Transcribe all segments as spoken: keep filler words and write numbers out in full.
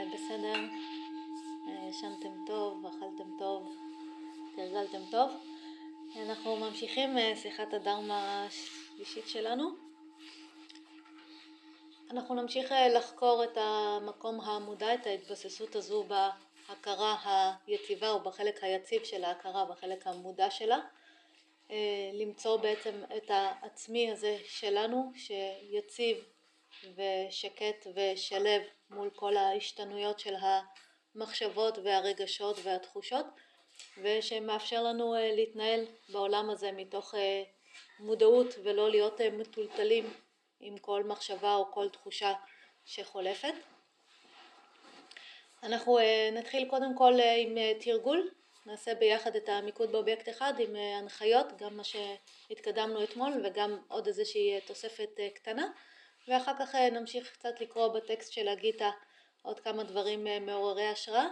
בסדר, ישנתם טוב, אכלתם טוב, תרגלתם טוב. אנחנו ממשיכים שיחת הדרמה השלישית שלנו. אנחנו נמשיך לחקור את המקום המודע, את ההתבססות הזו בהכרה היציבה או בחלק היציב של ההכרה, בחלק המודע שלה. למצוא בעצם את העצמי הזה שלנו שיציב ושקט ושלב מול כל ההשתנויות של המחשבות והרגשות והתחושות, ושמאפשר לנו להתנהל בעולם הזה מתוך מודעות ולא להיות מטולטלים עם כל מחשבה או כל תחושה שחולפת. אנחנו נתחיל קודם כל עם תרגול, נעשה ביחד את המיקוד באובייקט אחד עם הנחיות, גם מה שהתקדמנו אתמול וגם עוד איזושהי תוספת קטנה, ואחר כך נמשיך קצת לקרוא בטקסט של הגיטה עוד כמה דברים מעוררי השראה,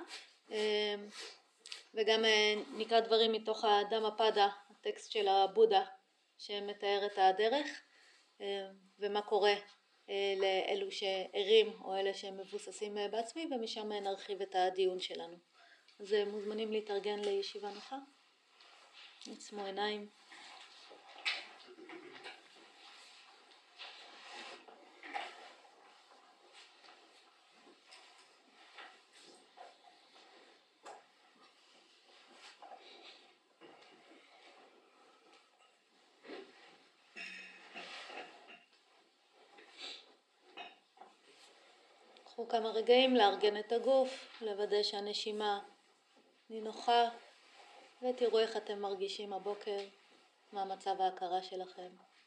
וגם נקרא דברים מתוך הדמפדה, הטקסט של הבודה שמתאר את הדרך ומה קורה לאלו שערים או אלה שמבוססים בעצמי, ומשם נרחיב את הדיון שלנו. אז מוזמנים להתארגן לישיבה נוחה, עצמו עיניים. קחו כמה רגעים לארגן את הגוף, לוודא שהנשימה נינוחה, ותראו איך אתם מרגישים הבוקר, מה מצב ההכרה שלכם.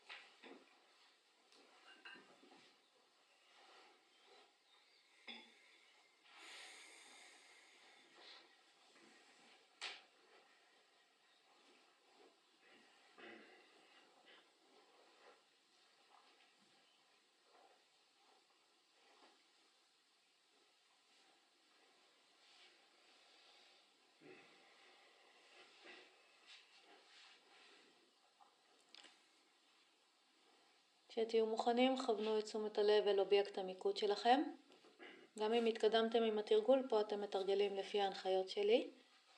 כשתהיו מוכנים, כוונו את תשומת הלב אל אובייקט המיקוד שלכם. גם אם התקדמתם עם התרגול, פה אתם מתרגלים לפי ההנחיות שלי.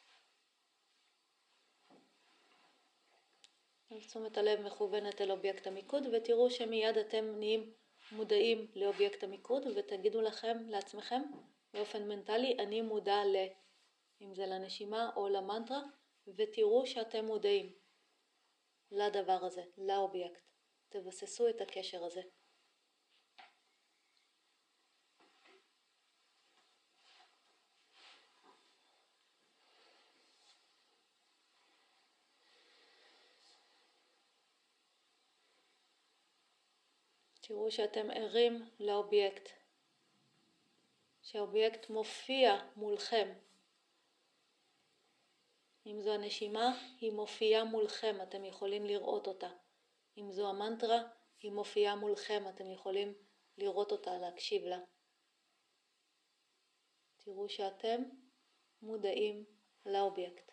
אז תשומת הלב מכוונת אל אובייקט המיקוד, ותראו שמיד אתם נהיים מודעים לאובייקט המיקוד, ותגידו לכם, לעצמכם, באופן מנטלי, אני מודע ל... אם זה לנשימה או למנטרה, ותראו שאתם מודעים לדבר הזה, לאובייקט. תבססו את הקשר הזה. תראו שאתם ערים לאובייקט, שהאובייקט מופיע מולכם. אם זו הנשימה, היא מופיעה מולכם, אתם יכולים לראות אותה. אם זו המנטרה, היא מופיעה מולכם, אתם יכולים לראות אותה, להקשיב לה. תראו שאתם מודעים לאובייקט.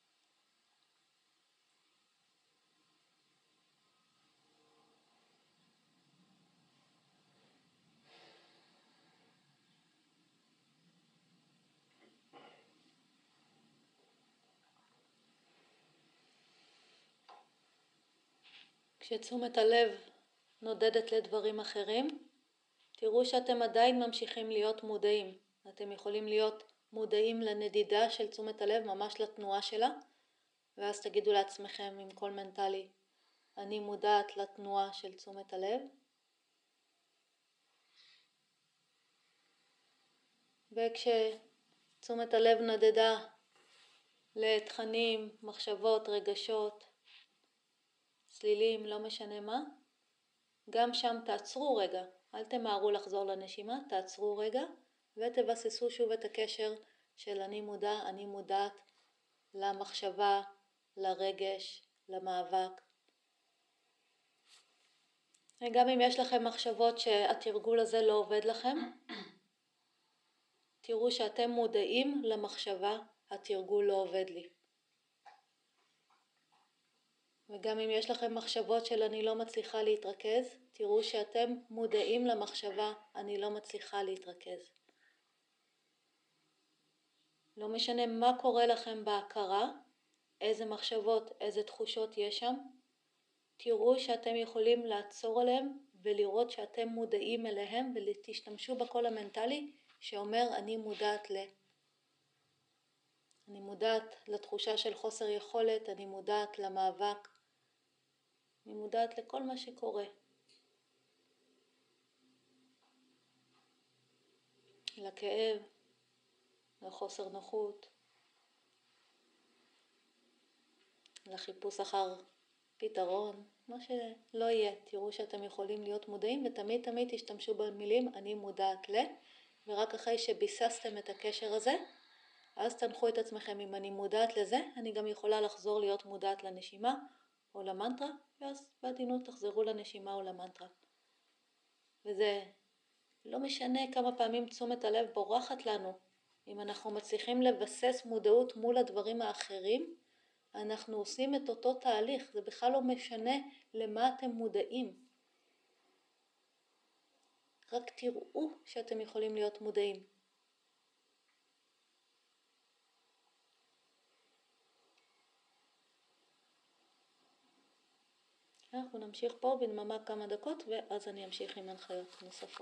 כשתשומת הלב נודדת לדברים אחרים, תראו שאתם עדיין ממשיכים להיות מודעים. אתם יכולים להיות מודעים לנדידה של תשומת הלב, ממש לתנועה שלה, ואז תגידו לעצמכם עם קול מנטלי, אני מודעת לתנועה של תשומת הלב. וכשתשומת הלב נדדה לתכנים, מחשבות, רגשות, צלילים, לא משנה מה, גם שם תעצרו רגע, אל תמהרו לחזור לנשימה, תעצרו רגע ותבססו שוב את הקשר של אני מודע, אני מודעת למחשבה, לרגש, למאבק. וגם אם יש לכם מחשבות שהתרגול הזה לא עובד לכם, תראו שאתם מודעים למחשבה, התרגול לא עובד לי. וגם אם יש לכם מחשבות של אני לא מצליחה להתרכז, תראו שאתם מודעים למחשבה, אני לא מצליחה להתרכז. לא משנה מה קורה לכם בהכרה, איזה מחשבות, איזה תחושות יש שם, תראו שאתם יכולים לעצור עליהם ולראות שאתם מודעים אליהם ותשתמשו בקול המנטלי שאומר אני מודעת ל... אני מודעת לתחושה של חוסר יכולת, אני מודעת למאבק, אני מודעת לכל מה שקורה. לכאב, לחוסר נוחות, לחיפוש אחר פתרון, מה שלא יהיה. תראו שאתם יכולים להיות מודעים ותמיד תמיד תשתמשו במילים אני מודעת ל... ורק אחרי שביססתם את הקשר הזה, אז תנחו את עצמכם אם אני מודעת לזה, אני גם יכולה לחזור להיות מודעת לנשימה או למנטרה, ואז בעדינות תחזרו לנשימה או למנטרה. וזה לא משנה כמה פעמים תשומת הלב בורחת לנו, אם אנחנו מצליחים לבסס מודעות מול הדברים האחרים, אנחנו עושים את אותו תהליך, זה בכלל לא משנה למה אתם מודעים. רק תראו שאתם יכולים להיות מודעים. אנחנו נמשיך פה בדממה כמה דקות ואז אני אמשיך עם הנחיות נוספות.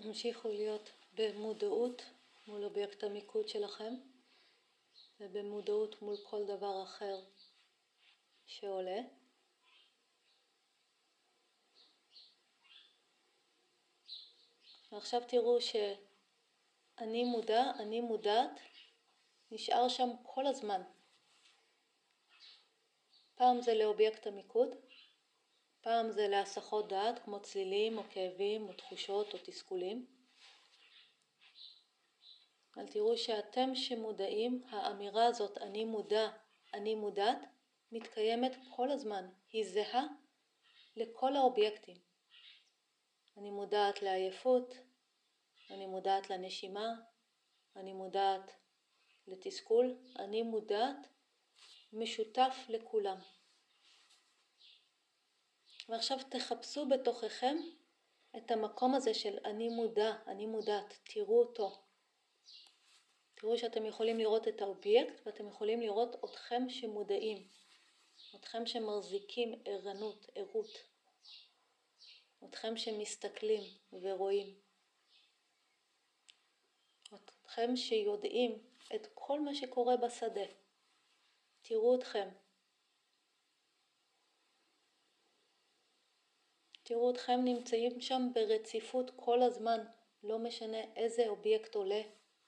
המשיכו להיות במודעות מול אובייקט המיקוד שלכם, ובמודעות מול כל דבר אחר שעולה. ועכשיו תראו שאני מודע, אני מודעת, נשאר שם כל הזמן. פעם זה לאובייקט המיקוד, פעם זה להסחות דעת כמו צלילים או כאבים או תחושות או תסכולים. אבל תראו שאתם שמודעים, האמירה הזאת אני מודע, אני מודעת, מתקיימת כל הזמן. היא זהה לכל האובייקטים. אני מודעת לעייפות, אני מודעת לנשימה, אני מודעת לתסכול, אני מודעת משותף לכולם. ועכשיו תחפשו בתוככם את המקום הזה של אני מודע, אני מודעת, תראו אותו. תראו שאתם יכולים לראות את האובייקט ואתם יכולים לראות אתכם שמודעים, אתכם שמחזיקים ערנות, ערות, אתכם שמסתכלים ורואים, אתכם שיודעים את כל מה שקורה בשדה. תראו אתכם. תראו אתכם נמצאים שם ברציפות כל הזמן, לא משנה איזה אובייקט עולה.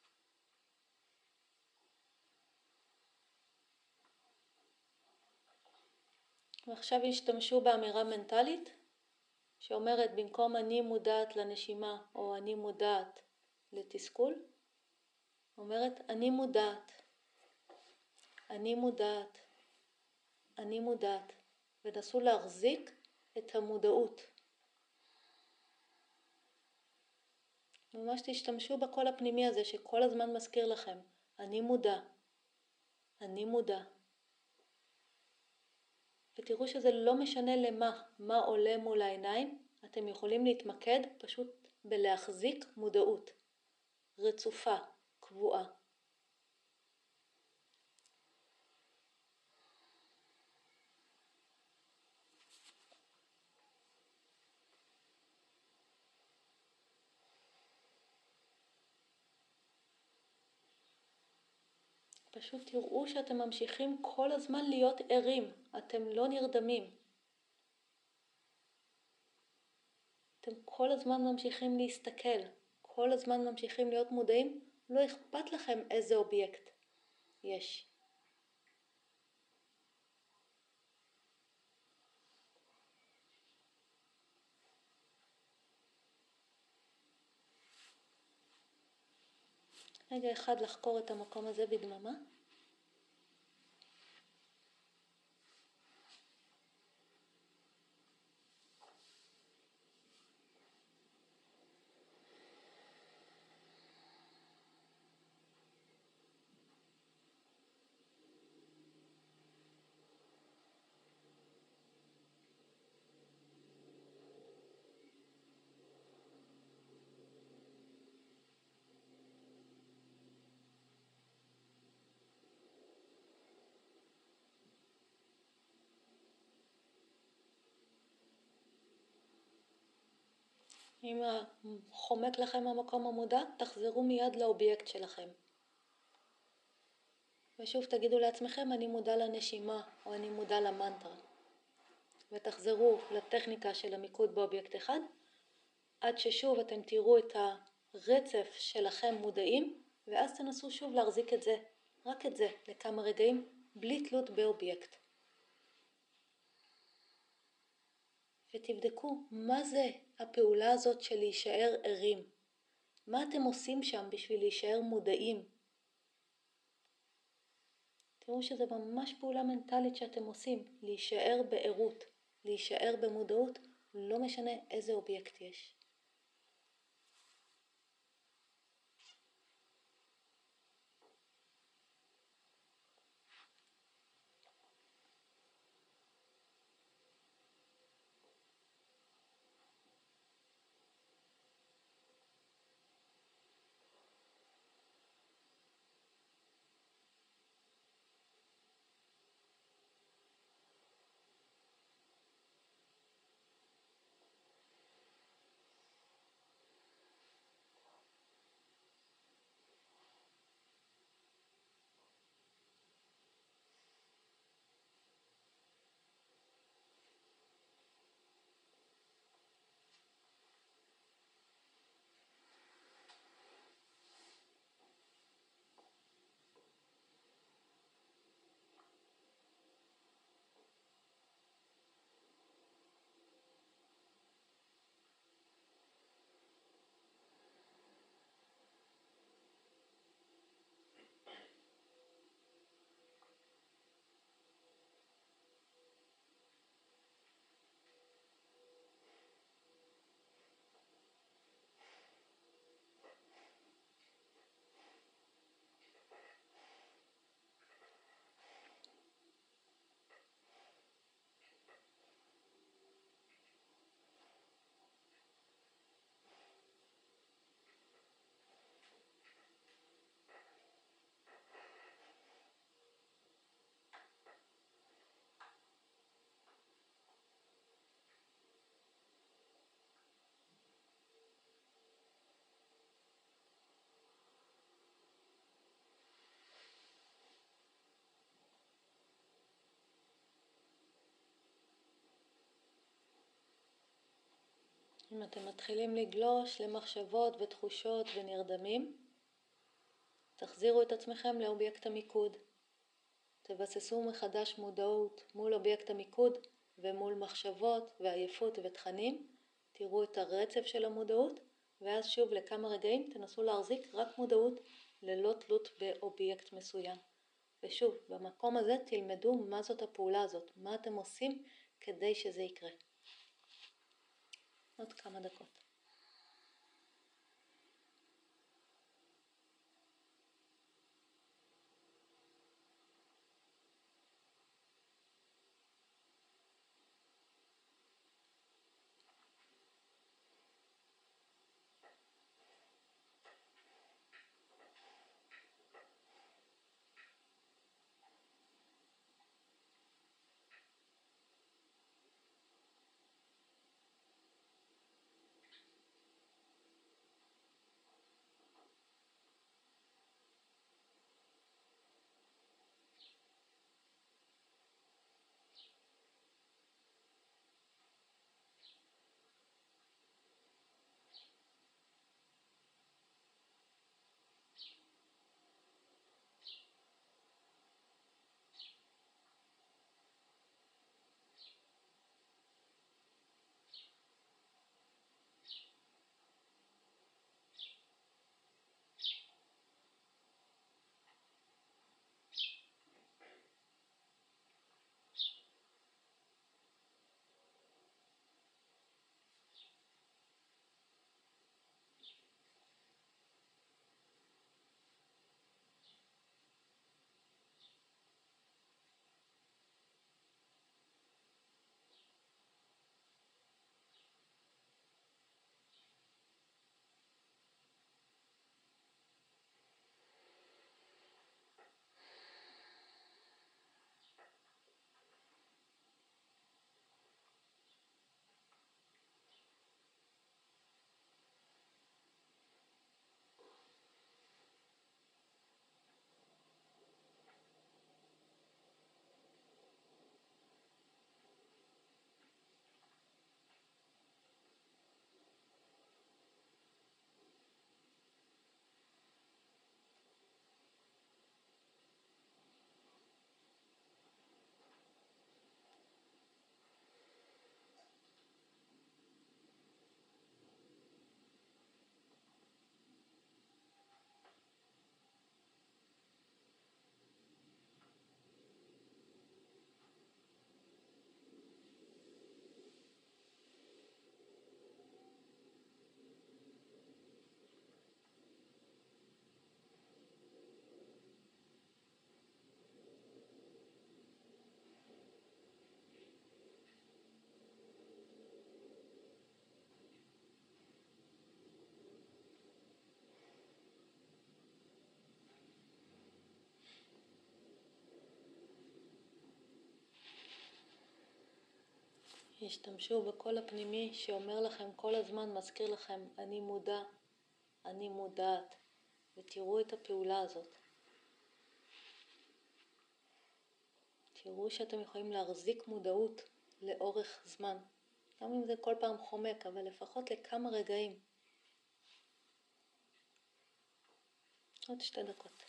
ועכשיו השתמשו באמירה מנטלית שאומרת במקום אני מודעת לנשימה או אני מודעת לתסכול, אומרת אני מודעת, אני מודעת, אני מודעת, ונסו להחזיק את המודעות. ממש תשתמשו בקול הפנימי הזה שכל הזמן מזכיר לכם, אני מודע, אני מודע. ותראו שזה לא משנה למה, מה עולה מול העיניים, אתם יכולים להתמקד פשוט בלהחזיק מודעות, רצופה, קבועה. פשוט תראו שאתם ממשיכים כל הזמן להיות ערים, אתם לא נרדמים. אתם כל הזמן ממשיכים להסתכל, כל הזמן ממשיכים להיות מודעים, לא אכפת לכם איזה אובייקט יש. רגע אחד לחקור את המקום הזה בדממה. אם חומק לכם המקום המודע, תחזרו מיד לאובייקט שלכם. ושוב תגידו לעצמכם, אני מודע לנשימה, או אני מודע למנטרה. ותחזרו לטכניקה של המיקוד באובייקט אחד, עד ששוב אתם תראו את הרצף שלכם מודעים, ואז תנסו שוב להחזיק את זה, רק את זה, לכמה רגעים, בלי תלות באובייקט. ותבדקו מה זה הפעולה הזאת של להישאר ערים. מה אתם עושים שם בשביל להישאר מודעים? תראו שזה ממש פעולה מנטלית שאתם עושים, להישאר בערות, להישאר במודעות, לא משנה איזה אובייקט יש. אם אתם מתחילים לגלוש למחשבות ותחושות ונרדמים, תחזירו את עצמכם לאובייקט המיקוד. תבססו מחדש מודעות מול אובייקט המיקוד ומול מחשבות ועייפות ותכנים. תראו את הרצף של המודעות, ואז שוב לכמה רגעים תנסו להחזיק רק מודעות ללא תלות באובייקט מסוים. ושוב, במקום הזה תלמדו מה זאת הפעולה הזאת, מה אתם עושים כדי שזה יקרה. עוד כמה דקות. השתמשו בקול הפנימי שאומר לכם כל הזמן, מזכיר לכם, אני מודע, אני מודעת, ותראו את הפעולה הזאת. תראו שאתם יכולים להחזיק מודעות לאורך זמן. גם אם זה כל פעם חומק, אבל לפחות לכמה רגעים. עוד שתי דקות.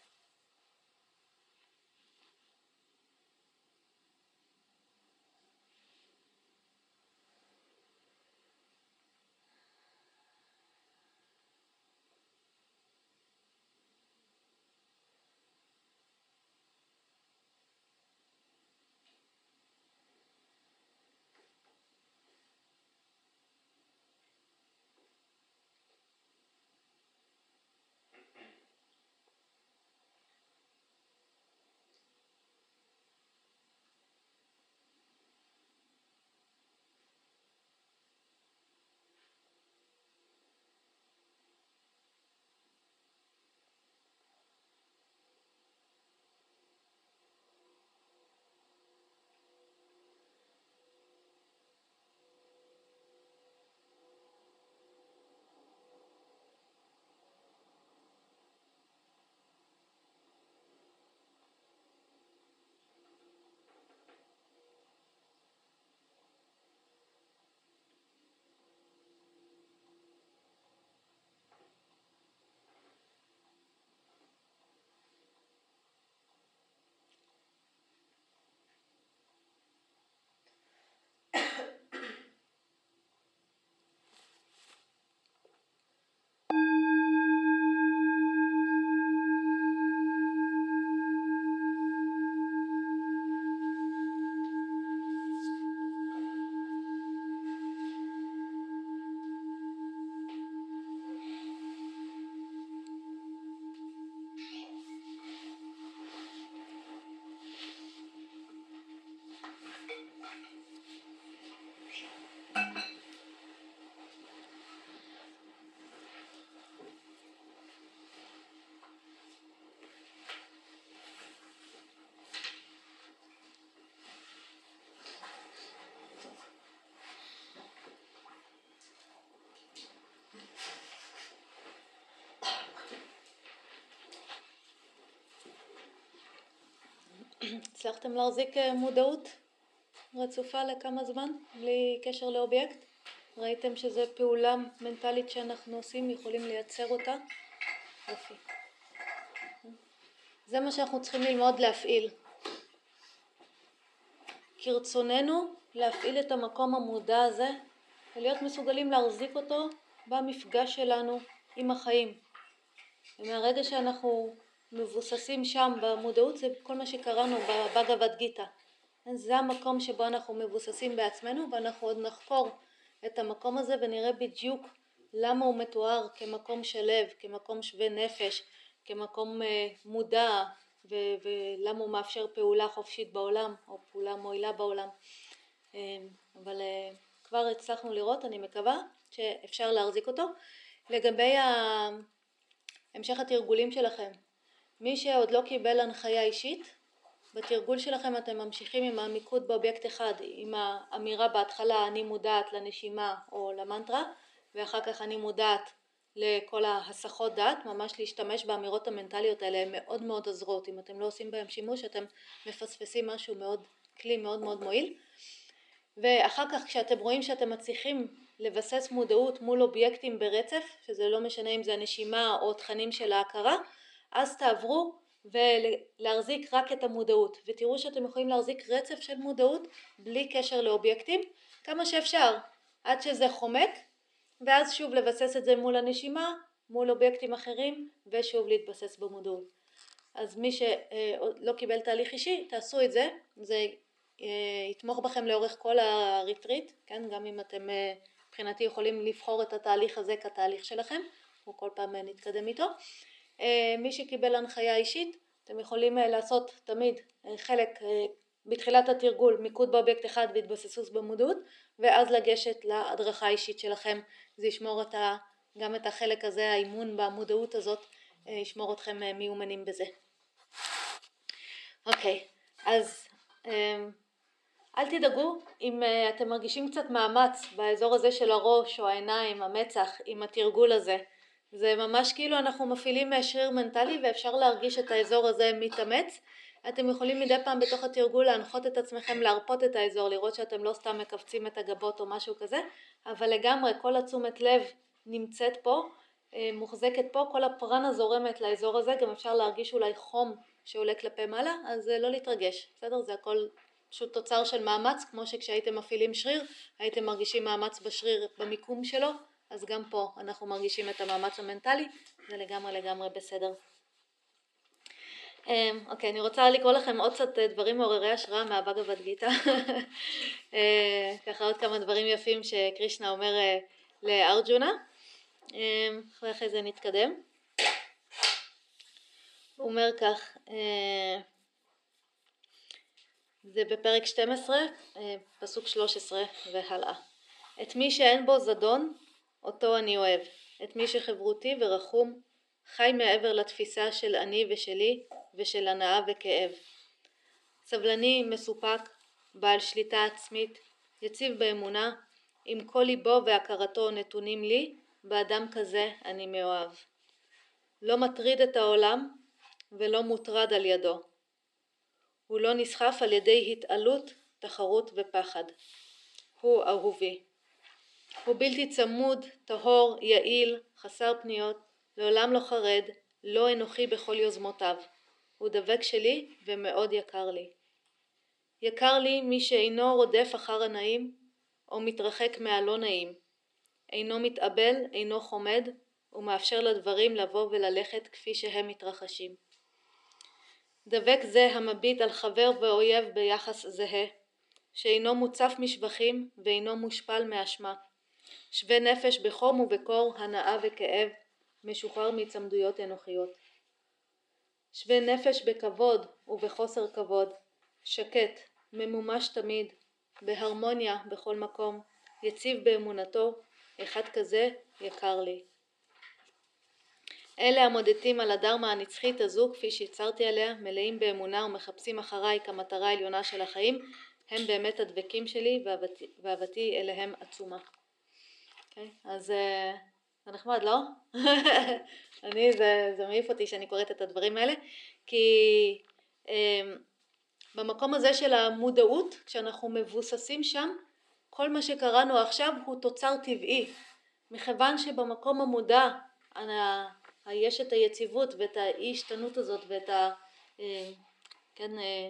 הצלחתם להחזיק מודעות רצופה לכמה זמן, בלי קשר לאובייקט? ראיתם שזו פעולה מנטלית שאנחנו עושים, יכולים לייצר אותה? יופי. זה מה שאנחנו צריכים ללמוד להפעיל. כרצוננו להפעיל את המקום המודע הזה, ולהיות מסוגלים להחזיק אותו במפגש שלנו עם החיים. ומהרגע שאנחנו מבוססים שם במודעות, זה כל מה שקראנו בבאגavad גיטה. זה המקום שבו אנחנו מבוססים בעצמנו, ואנחנו עוד נחקור את המקום הזה ונראה בדיוק למה הוא מתואר כמקום שלב, כמקום שווה נפש, כמקום מודע, ו- ולמה הוא מאפשר פעולה חופשית בעולם, או פעולה מועילה בעולם. אבל כבר הצלחנו לראות, אני מקווה שאפשר להחזיק אותו. לגבי המשך התרגולים שלכם, מי שעוד לא קיבל הנחיה אישית, בתרגול שלכם אתם ממשיכים עם המיקוד באובייקט אחד, עם האמירה בהתחלה אני מודעת לנשימה או למנטרה, ואחר כך אני מודעת לכל ההסחות דעת, ממש להשתמש באמירות המנטליות האלה, הן מאוד מאוד עוזרות. אם אתם לא עושים בהם שימוש, אתם מפספסים משהו מאוד, כלי מאוד מאוד מועיל. ואחר כך כשאתם רואים שאתם מצליחים לבסס מודעות מול אובייקטים ברצף, שזה לא משנה אם זה הנשימה או תכנים של ההכרה, אז תעברו ולהחזיק רק את המודעות, ותראו שאתם יכולים להחזיק רצף של מודעות בלי קשר לאובייקטים, כמה שאפשר, עד שזה חומק, ואז שוב לבסס את זה מול הנשימה, מול אובייקטים אחרים, ושוב להתבסס במודעות. אז מי שלא קיבל תהליך אישי, תעשו את זה, זה יתמוך בכם לאורך כל הריטריט, כן? גם אם אתם מבחינתי יכולים לבחור את התהליך הזה כתהליך שלכם, או כל פעם נתקדם איתו. מי שקיבל הנחיה אישית, אתם יכולים לעשות תמיד חלק בתחילת התרגול, מיקוד באובייקט אחד והתבססות במודעות, ואז לגשת להדרכה האישית שלכם. זה ישמור את ה, גם את החלק הזה, האימון במודעות הזאת, ישמור אתכם מיומנים בזה. אוקיי, אז אל תדאגו אם אתם מרגישים קצת מאמץ באזור הזה של הראש או העיניים, המצח, עם התרגול הזה. זה ממש כאילו אנחנו מפעילים שריר מנטלי ואפשר להרגיש את האזור הזה מתאמץ. אתם יכולים מדי פעם בתוך התרגול להנחות את עצמכם להרפות את האזור, לראות שאתם לא סתם מקבצים את הגבות או משהו כזה, אבל לגמרי כל התשומת לב נמצאת פה, מוחזקת פה, כל הפרנה זורמת לאזור הזה, גם אפשר להרגיש אולי חום שעולה כלפי מעלה, אז לא להתרגש, בסדר? זה הכל פשוט תוצר של מאמץ, כמו שכשהייתם מפעילים שריר, הייתם מרגישים מאמץ בשריר במיקום שלו, אז גם פה אנחנו מרגישים את המאמץ המנטלי, זה לגמרי לגמרי בסדר. אוקיי, אני רוצה לקרוא לכם עוד קצת דברים מעוררי השראה מהבאגavad גיטה. ככה עוד כמה דברים יפים שקרישנה אומר לארג'ונה. אחרי זה נתקדם. הוא אומר כך, זה בפרק שתים עשרה, פסוק שלוש עשרה והלאה. את מי שאין בו זדון, אותו אני אוהב. את מי שחברותי ורחום, חי מעבר לתפיסה של אני ושלי ושל הנאה וכאב. סבלני, מסופק, בעל שליטה עצמית, יציב באמונה, עם כל ליבו והכרתו נתונים לי, באדם כזה אני מאוהב. לא מטריד את העולם ולא מוטרד על ידו. הוא לא נסחף על ידי התעלות, תחרות ופחד. הוא אהובי. הוא בלתי צמוד, טהור, יעיל, חסר פניות, לעולם לא חרד, לא אנוכי בכל יוזמותיו. הוא דבק שלי ומאוד יקר לי. יקר לי מי שאינו רודף אחר הנעים, או מתרחק מהלא נעים. אינו מתאבל, אינו חומד, ומאפשר לדברים לבוא וללכת כפי שהם מתרחשים. דבק זה המביט על חבר ואויב ביחס זהה, שאינו מוצף משבחים ואינו מושפל מאשמה. שווה נפש בחום ובקור, הנאה וכאב, משוחרר מצמדויות אנוכיות. שווה נפש בכבוד ובחוסר כבוד, שקט, ממומש תמיד, בהרמוניה בכל מקום, יציב באמונתו, אחד כזה יקר לי. אלה המודדים על הדרמה הנצחית הזו, כפי שהצהרתי עליה, מלאים באמונה ומחפשים אחריי כמטרה העליונה של החיים, הם באמת הדבקים שלי ואהבתי, ואהבתי אליהם עצומה. Okay, אז זה נחמד, לא? אני, זה, זה מעיף אותי שאני קוראת את הדברים האלה, כי במקום הזה של המודעות, כשאנחנו מבוססים שם, כל מה שקראנו עכשיו הוא תוצר טבעי, מכיוון שבמקום המודע יש את היציבות ואת האי השתנות הזאת ואת ה... כן,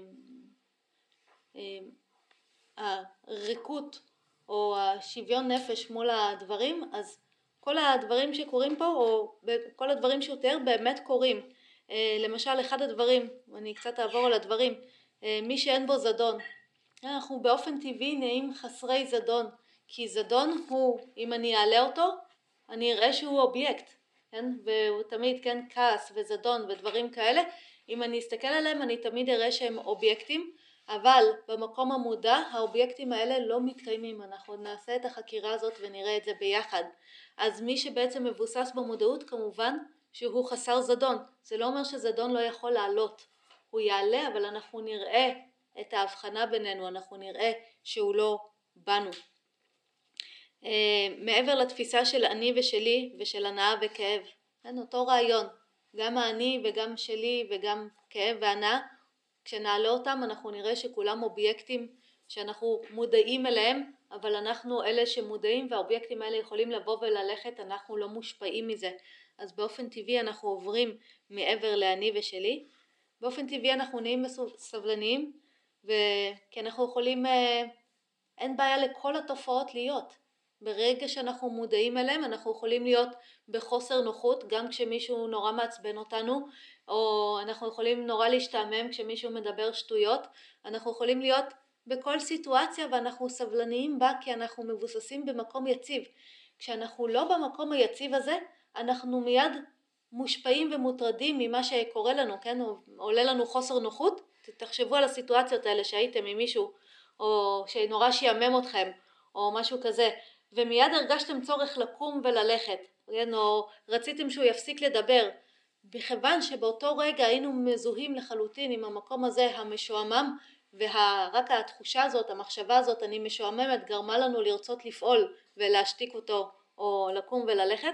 הריקות או השוויון נפש מול הדברים, אז כל הדברים שקורים פה, או כל הדברים שהוא תיאר באמת קורים. למשל, אחד הדברים, אני קצת אעבור על הדברים, מי שאין בו זדון. אנחנו באופן טבעי נהיים חסרי זדון, כי זדון הוא, אם אני אעלה אותו, אני אראה שהוא אובייקט, כן? והוא תמיד, כן, כעס וזדון ודברים כאלה. אם אני אסתכל עליהם, אני תמיד אראה שהם אובייקטים, אבל במקום המודע, האובייקטים האלה לא מתקיימים. אנחנו נעשה את החקירה הזאת ונראה את זה ביחד. אז מי שבעצם מבוסס במודעות, כמובן שהוא חסר זדון. זה לא אומר שזדון לא יכול לעלות. הוא יעלה, אבל אנחנו נראה את ההבחנה בינינו, אנחנו נראה שהוא לא בנו. מעבר לתפיסה של אני ושלי ושל הנאה וכאב, אין אותו רעיון, גם האני וגם שלי וגם כאב והנאה, כשנעלה אותם אנחנו נראה שכולם אובייקטים שאנחנו מודעים אליהם, אבל אנחנו אלה שמודעים והאובייקטים האלה יכולים לבוא וללכת, אנחנו לא מושפעים מזה. אז באופן טבעי אנחנו עוברים מעבר לאני ושלי, באופן טבעי אנחנו נהיים סבלניים, וכי אנחנו יכולים, אין בעיה לכל התופעות להיות. ברגע שאנחנו מודעים אליהם, אנחנו יכולים להיות בחוסר נוחות, גם כשמישהו נורא מעצבן אותנו, או אנחנו יכולים נורא להשתעמם כשמישהו מדבר שטויות, אנחנו יכולים להיות בכל סיטואציה ואנחנו סבלניים בה, כי אנחנו מבוססים במקום יציב. כשאנחנו לא במקום היציב הזה, אנחנו מיד מושפעים ומוטרדים ממה שקורה לנו, כן? עולה לנו חוסר נוחות, תחשבו על הסיטואציות האלה שהייתם עם מישהו, או שנורא שיאמם אתכם, או משהו כזה, ומיד הרגשתם צורך לקום וללכת, או רציתם שהוא יפסיק לדבר, בכיוון שבאותו רגע היינו מזוהים לחלוטין עם המקום הזה המשועמם, ורק התחושה הזאת, המחשבה הזאת, אני משועממת, גרמה לנו לרצות לפעול ולהשתיק אותו, או לקום וללכת.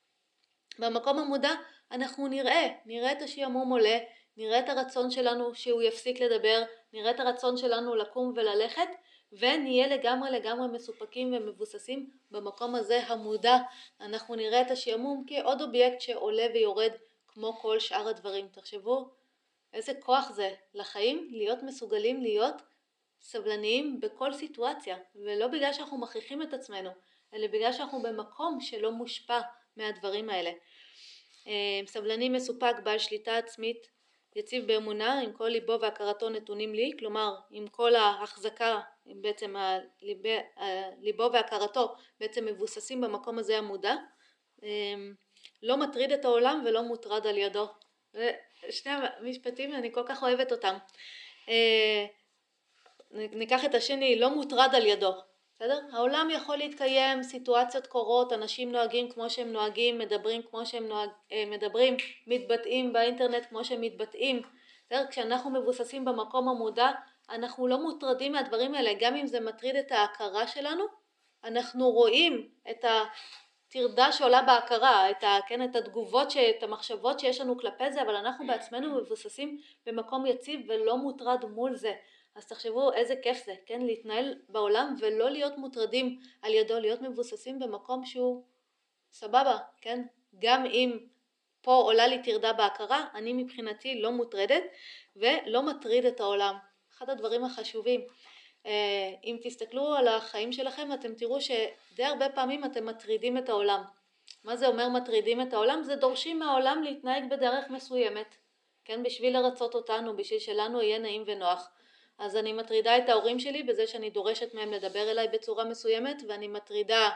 במקום המודע אנחנו נראה, נראה את השעמום עולה, נראה את הרצון שלנו שהוא יפסיק לדבר, נראה את הרצון שלנו לקום וללכת, ונהיה לגמרי לגמרי מסופקים ומבוססים במקום הזה המודע. אנחנו נראה את השעמום כעוד אובייקט שעולה ויורד כמו כל שאר הדברים. תחשבו איזה כוח זה לחיים, להיות מסוגלים להיות סבלניים בכל סיטואציה, ולא בגלל שאנחנו מכריחים את עצמנו, אלא בגלל שאנחנו במקום שלא מושפע מהדברים האלה. סבלני, מסופק, בעל שליטה עצמית, יציב באמונה, עם כל ליבו והכרתו נתונים לי, כלומר עם כל ההחזקה, בעצם ליבו והכרתו בעצם מבוססים במקום הזה המודע, לא מטריד את העולם ולא מוטרד על ידו. שני המשפטים אני כל כך אוהבת אותם. ניקח את השני, לא מוטרד על ידו. בסדר? העולם יכול להתקיים, סיטואציות קורות, אנשים נוהגים כמו שהם נוהגים, מדברים כמו שהם נוהג, מדברים, מתבטאים באינטרנט כמו שהם מתבטאים. בסדר? כשאנחנו מבוססים במקום המודע, אנחנו לא מוטרדים מהדברים האלה, גם אם זה מטריד את ההכרה שלנו, אנחנו רואים את הטרדה שעולה בהכרה, את, ה, כן, את התגובות, את המחשבות שיש לנו כלפי זה, אבל אנחנו בעצמנו מבוססים במקום יציב ולא מוטרד מול זה. אז תחשבו איזה כיף זה, כן? להתנהל בעולם ולא להיות מוטרדים על ידו, להיות מבוססים במקום שהוא סבבה, כן? גם אם פה עולה לי טרדה בהכרה, אני מבחינתי לא מוטרדת ולא מטריד את העולם. אחד הדברים החשובים, אם תסתכלו על החיים שלכם, אתם תראו שדי הרבה פעמים אתם מטרידים את העולם. מה זה אומר מטרידים את העולם? זה דורשים מהעולם להתנהג בדרך מסוימת, כן? בשביל לרצות אותנו, בשביל שלנו יהיה נעים ונוח. אז אני מטרידה את ההורים שלי בזה שאני דורשת מהם לדבר אליי בצורה מסוימת, ואני מטרידה,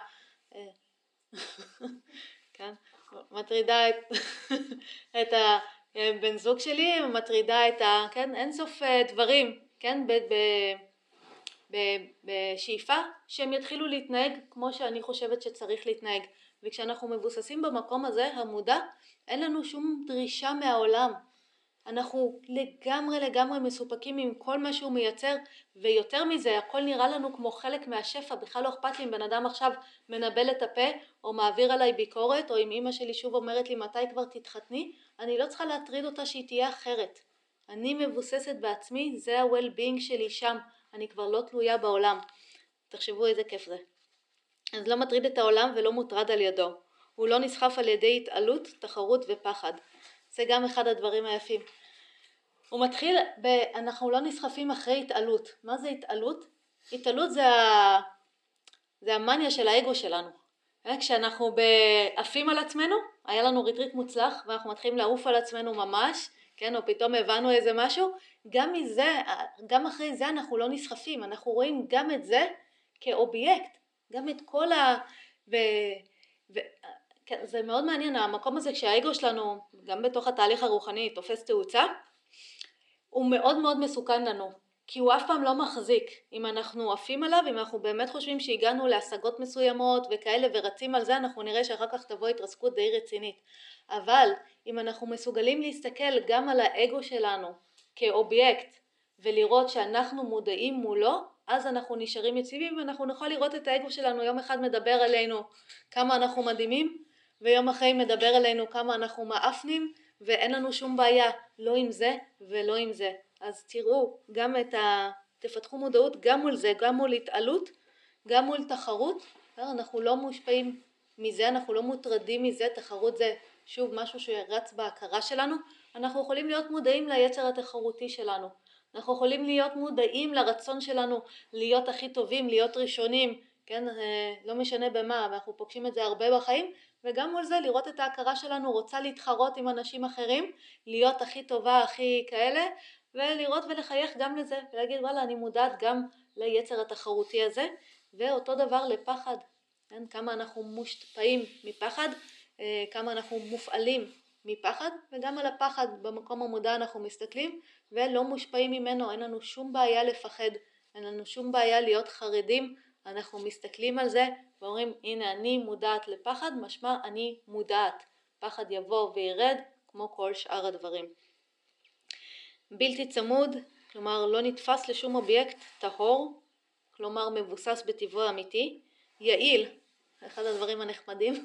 כן? מטרידה את, את הבן זוג שלי, מטרידה את ה, כן? אין סוף דברים, כן? ב, ב, ב, בשאיפה שהם יתחילו להתנהג כמו שאני חושבת שצריך להתנהג. וכשאנחנו מבוססים במקום הזה, המודע, אין לנו שום דרישה מהעולם. אנחנו לגמרי לגמרי מסופקים עם כל מה שהוא מייצר, ויותר מזה, הכל נראה לנו כמו חלק מהשפע. בכלל לא אכפת לי אם בן אדם עכשיו מנבל את הפה, או מעביר עליי ביקורת, או אם אמא שלי שוב אומרת לי מתי כבר תתחתני, אני לא צריכה להטריד אותה שהיא תהיה אחרת. אני מבוססת בעצמי, זה ה-well-being שלי שם, אני כבר לא תלויה בעולם. תחשבו איזה כיף זה. אז לא מטריד את העולם ולא מוטרד על ידו. הוא לא נסחף על ידי התעלות, תחרות ופחד. זה גם אחד הדברים היפים. הוא מתחיל, ב... אנחנו לא נסחפים אחרי התעלות. מה זה התעלות? התעלות זה, ה... זה המניה של האגו שלנו. כשאנחנו עפים על עצמנו, היה לנו ריטריט מוצלח, ואנחנו מתחילים לעוף על עצמנו ממש, כן, או פתאום הבנו איזה משהו, גם מזה, גם אחרי זה אנחנו לא נסחפים, אנחנו רואים גם את זה כאובייקט, גם את כל ה... ו... ו... כן, זה מאוד מעניין, המקום הזה כשהאגו שלנו, גם בתוך התהליך הרוחני, תופס תאוצה, הוא מאוד מאוד מסוכן לנו, כי הוא אף פעם לא מחזיק. אם אנחנו עפים עליו, אם אנחנו באמת חושבים שהגענו להשגות מסוימות וכאלה ורצים על זה, אנחנו נראה שאחר כך תבוא התרסקות די רצינית. אבל אם אנחנו מסוגלים להסתכל גם על האגו שלנו כאובייקט, ולראות שאנחנו מודעים מולו, אז אנחנו נשארים יציבים, ואנחנו נוכל לראות את האגו שלנו יום אחד מדבר עלינו כמה אנחנו מדהימים, ויום אחרי מדבר עלינו כמה אנחנו מאפנים, ואין לנו שום בעיה, לא עם זה ולא עם זה. אז תראו, גם את ה... תפתחו מודעות גם מול זה, גם מול התעלות, גם מול תחרות. אנחנו לא מושפעים מזה, אנחנו לא מוטרדים מזה, תחרות זה שוב משהו שרץ בהכרה שלנו. אנחנו יכולים להיות מודעים ליצר התחרותי שלנו. אנחנו יכולים להיות מודעים לרצון שלנו להיות הכי טובים, להיות ראשונים, כן, לא משנה במה, ואנחנו פוגשים את זה הרבה בחיים, וגם מול זה לראות את ההכרה שלנו, רוצה להתחרות עם אנשים אחרים, להיות הכי טובה, הכי כאלה, ולראות ולחייך גם לזה, ולהגיד וואלה אני מודעת גם ליצר התחרותי הזה, ואותו דבר לפחד, כן? כמה אנחנו מושפעים מפחד, כמה אנחנו מופעלים מפחד, וגם על הפחד במקום המודע אנחנו מסתכלים, ולא מושפעים ממנו, אין לנו שום בעיה לפחד, אין לנו שום בעיה להיות חרדים, אנחנו מסתכלים על זה ואומרים הנה אני מודעת לפחד, משמע אני מודעת, פחד יבוא וירד כמו כל שאר הדברים. בלתי צמוד, כלומר לא נתפס לשום אובייקט, טהור, כלומר מבוסס בטבעו האמיתי, יעיל, אחד הדברים הנחמדים,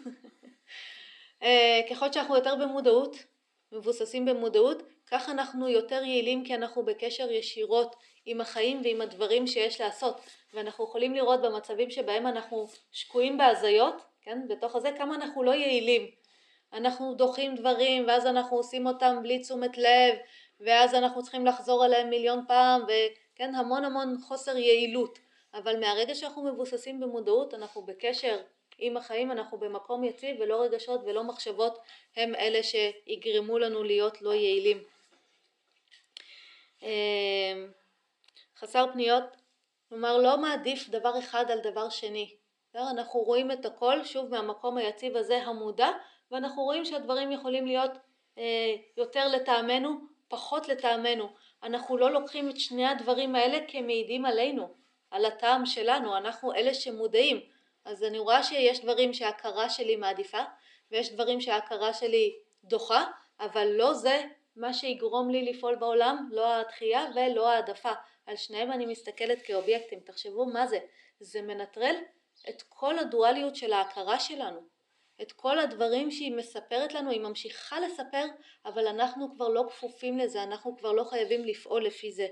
ככל שאנחנו יותר במודעות, מבוססים במודעות, כך אנחנו יותר יעילים כי אנחנו בקשר ישירות עם החיים ועם הדברים שיש לעשות, ואנחנו יכולים לראות במצבים שבהם אנחנו שקועים בהזיות, כן, בתוך הזה כמה אנחנו לא יעילים, אנחנו דוחים דברים ואז אנחנו עושים אותם בלי תשומת לב, ואז אנחנו צריכים לחזור עליהם מיליון פעם, וכן, המון המון חוסר יעילות, אבל מהרגע שאנחנו מבוססים במודעות, אנחנו בקשר עם החיים, אנחנו במקום יציב, ולא רגשות ולא מחשבות הם אלה שיגרמו לנו להיות לא יעילים. חסר פניות, כלומר לא מעדיף דבר אחד על דבר שני. אנחנו רואים את הכל, שוב מהמקום היציב הזה המודע, ואנחנו רואים שהדברים יכולים להיות יותר לטעמנו, פחות לטעמנו. אנחנו לא לוקחים את שני הדברים האלה כמעידים עלינו, על הטעם שלנו, אנחנו אלה שמודעים. אז אני רואה שיש דברים שההכרה שלי מעדיפה, ויש דברים שההכרה שלי דוחה, אבל לא זה מה שיגרום לי לפעול בעולם, לא הדחייה ולא העדפה. על שניהם אני מסתכלת כאובייקטים. תחשבו מה זה. זה מנטרל את כל הדואליות של ההכרה שלנו. את כל הדברים שהיא מספרת לנו, היא ממשיכה לספר, אבל אנחנו כבר לא כפופים לזה, אנחנו כבר לא חייבים לפעול לפי זה.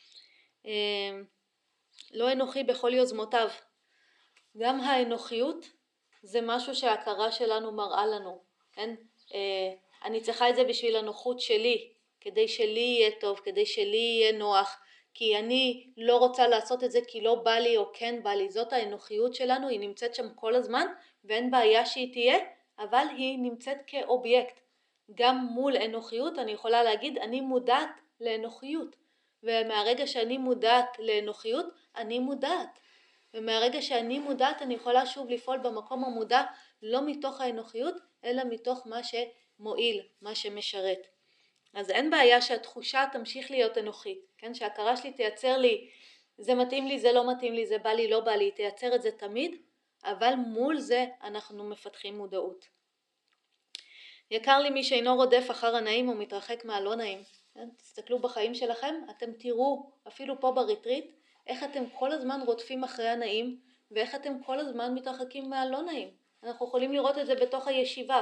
לא אנוכי בכל יוזמותיו. גם האנוכיות זה משהו שההכרה שלנו מראה לנו, כן? אני צריכה את זה בשביל הנוחות שלי, כדי שלי יהיה טוב, כדי שלי יהיה נוח, כי אני לא רוצה לעשות את זה כי לא בא לי או כן בא לי. זאת האנוכיות שלנו, היא נמצאת שם כל הזמן ואין בעיה שהיא תהיה, אבל היא נמצאת כאובייקט. גם מול אנוכיות אני יכולה להגיד אני מודעת לאנוכיות, ומהרגע שאני מודעת לאנוכיות אני מודעת. ומהרגע שאני מודעת אני יכולה שוב לפעול במקום המודע, לא מתוך האנוכיות, אלא מתוך מה שמועיל, מה שמשרת. אז אין בעיה שהתחושה תמשיך להיות אנוכית, כן? שההכרה שלי תייצר לי, זה מתאים לי, זה לא מתאים לי, זה בא לי, לא בא לי, תייצר את זה תמיד, אבל מול זה אנחנו מפתחים מודעות. יקר לי מי שאינו רודף אחר הנעים ומתרחק מהלא נעים. כן? תסתכלו בחיים שלכם, אתם תראו, אפילו פה בריטריט, איך אתם כל הזמן רודפים אחרי הנעים, ואיך אתם כל הזמן מתרחקים מהלא נעים. אנחנו יכולים לראות את זה בתוך הישיבה.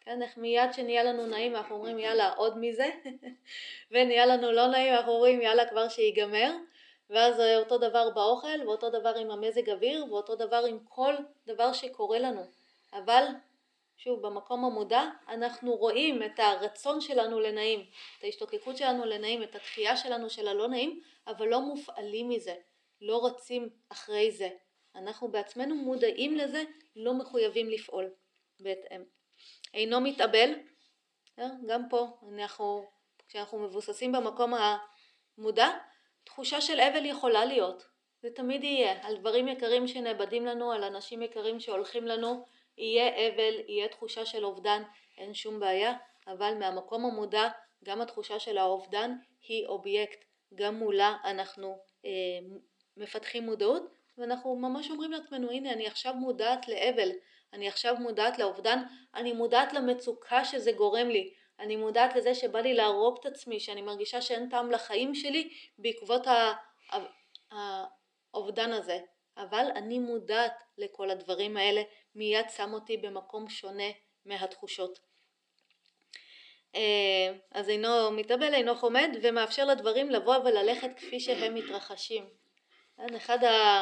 כן, איך מיד שנהיה לנו נעים אנחנו אומרים יאללה עוד מזה, ונהיה לנו לא נעים אנחנו אומרים יאללה כבר שיגמר, ואז אותו דבר באוכל, ואותו דבר עם המזג אוויר, ואותו דבר עם כל דבר שקורה לנו. אבל שוב, במקום המודע אנחנו רואים את הרצון שלנו לנעים, את ההשתוקקות שלנו לנעים, את התחייה שלנו של הלא נעים, אבל לא מופעלים מזה, לא רצים אחרי זה. אנחנו בעצמנו מודעים לזה, לא מחויבים לפעול בהתאם. אינו מתאבל, גם פה אנחנו, כשאנחנו מבוססים במקום המודע, תחושה של אבל יכולה להיות, זה תמיד יהיה, על דברים יקרים שנאבדים לנו, על אנשים יקרים שהולכים לנו, יהיה אבל, יהיה תחושה של אובדן, אין שום בעיה, אבל מהמקום המודע, גם התחושה של האובדן היא אובייקט, גם מולה אנחנו אה, מפתחים מודעות, ואנחנו ממש אומרים לעצמנו, הנה אני עכשיו מודעת לאבל, אני עכשיו מודעת לאובדן, אני מודעת למצוקה שזה גורם לי, אני מודעת לזה שבא לי להרוג את עצמי, שאני מרגישה שאין טעם לחיים שלי בעקבות האובדן הזה. אבל אני מודעת לכל הדברים האלה, מיד שם אותי במקום שונה מהתחושות. אז אינו מתאבל, אינו חומד, ומאפשר לדברים לבוא וללכת כפי שהם מתרחשים. אחד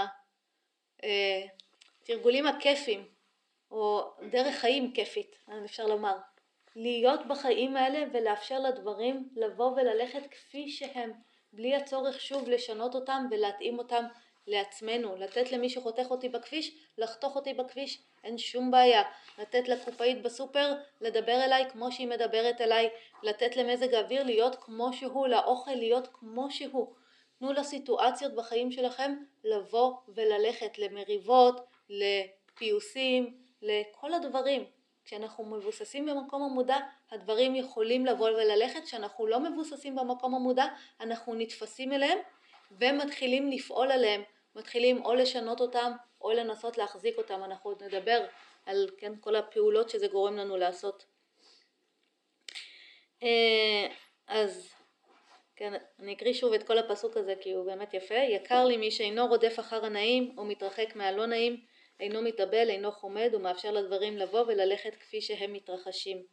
התרגולים הכיפים, או דרך חיים כיפית, אפשר לומר. להיות בחיים האלה ולאפשר לדברים לבוא וללכת כפי שהם, בלי הצורך שוב לשנות אותם ולהתאים אותם לעצמנו. לתת למי שחותך אותי בכביש, לחתוך אותי בכביש, אין שום בעיה. לתת לקופאית בסופר, לדבר אליי כמו שהיא מדברת אליי. לתת למזג האוויר להיות כמו שהוא, לאוכל להיות כמו שהוא. תנו לסיטואציות בחיים שלכם לבוא וללכת למריבות, לפיוסים, לכל הדברים. כשאנחנו מבוססים במקום המודע, הדברים יכולים לבוא וללכת. כשאנחנו לא מבוססים במקום המודע, אנחנו נתפסים אליהם ומתחילים לפעול עליהם. מתחילים או לשנות אותם או לנסות להחזיק אותם. אנחנו עוד נדבר על כן, כל הפעולות שזה גורם לנו לעשות. אז כן, אני אקריא שוב את כל הפסוק הזה כי הוא באמת יפה. יקר לי מי שאינו רודף אחר הנעים או מתרחק מהלא נעים, אינו מתאבל, אינו חומד, ומאפשר לדברים לבוא וללכת כפי שהם מתרחשים.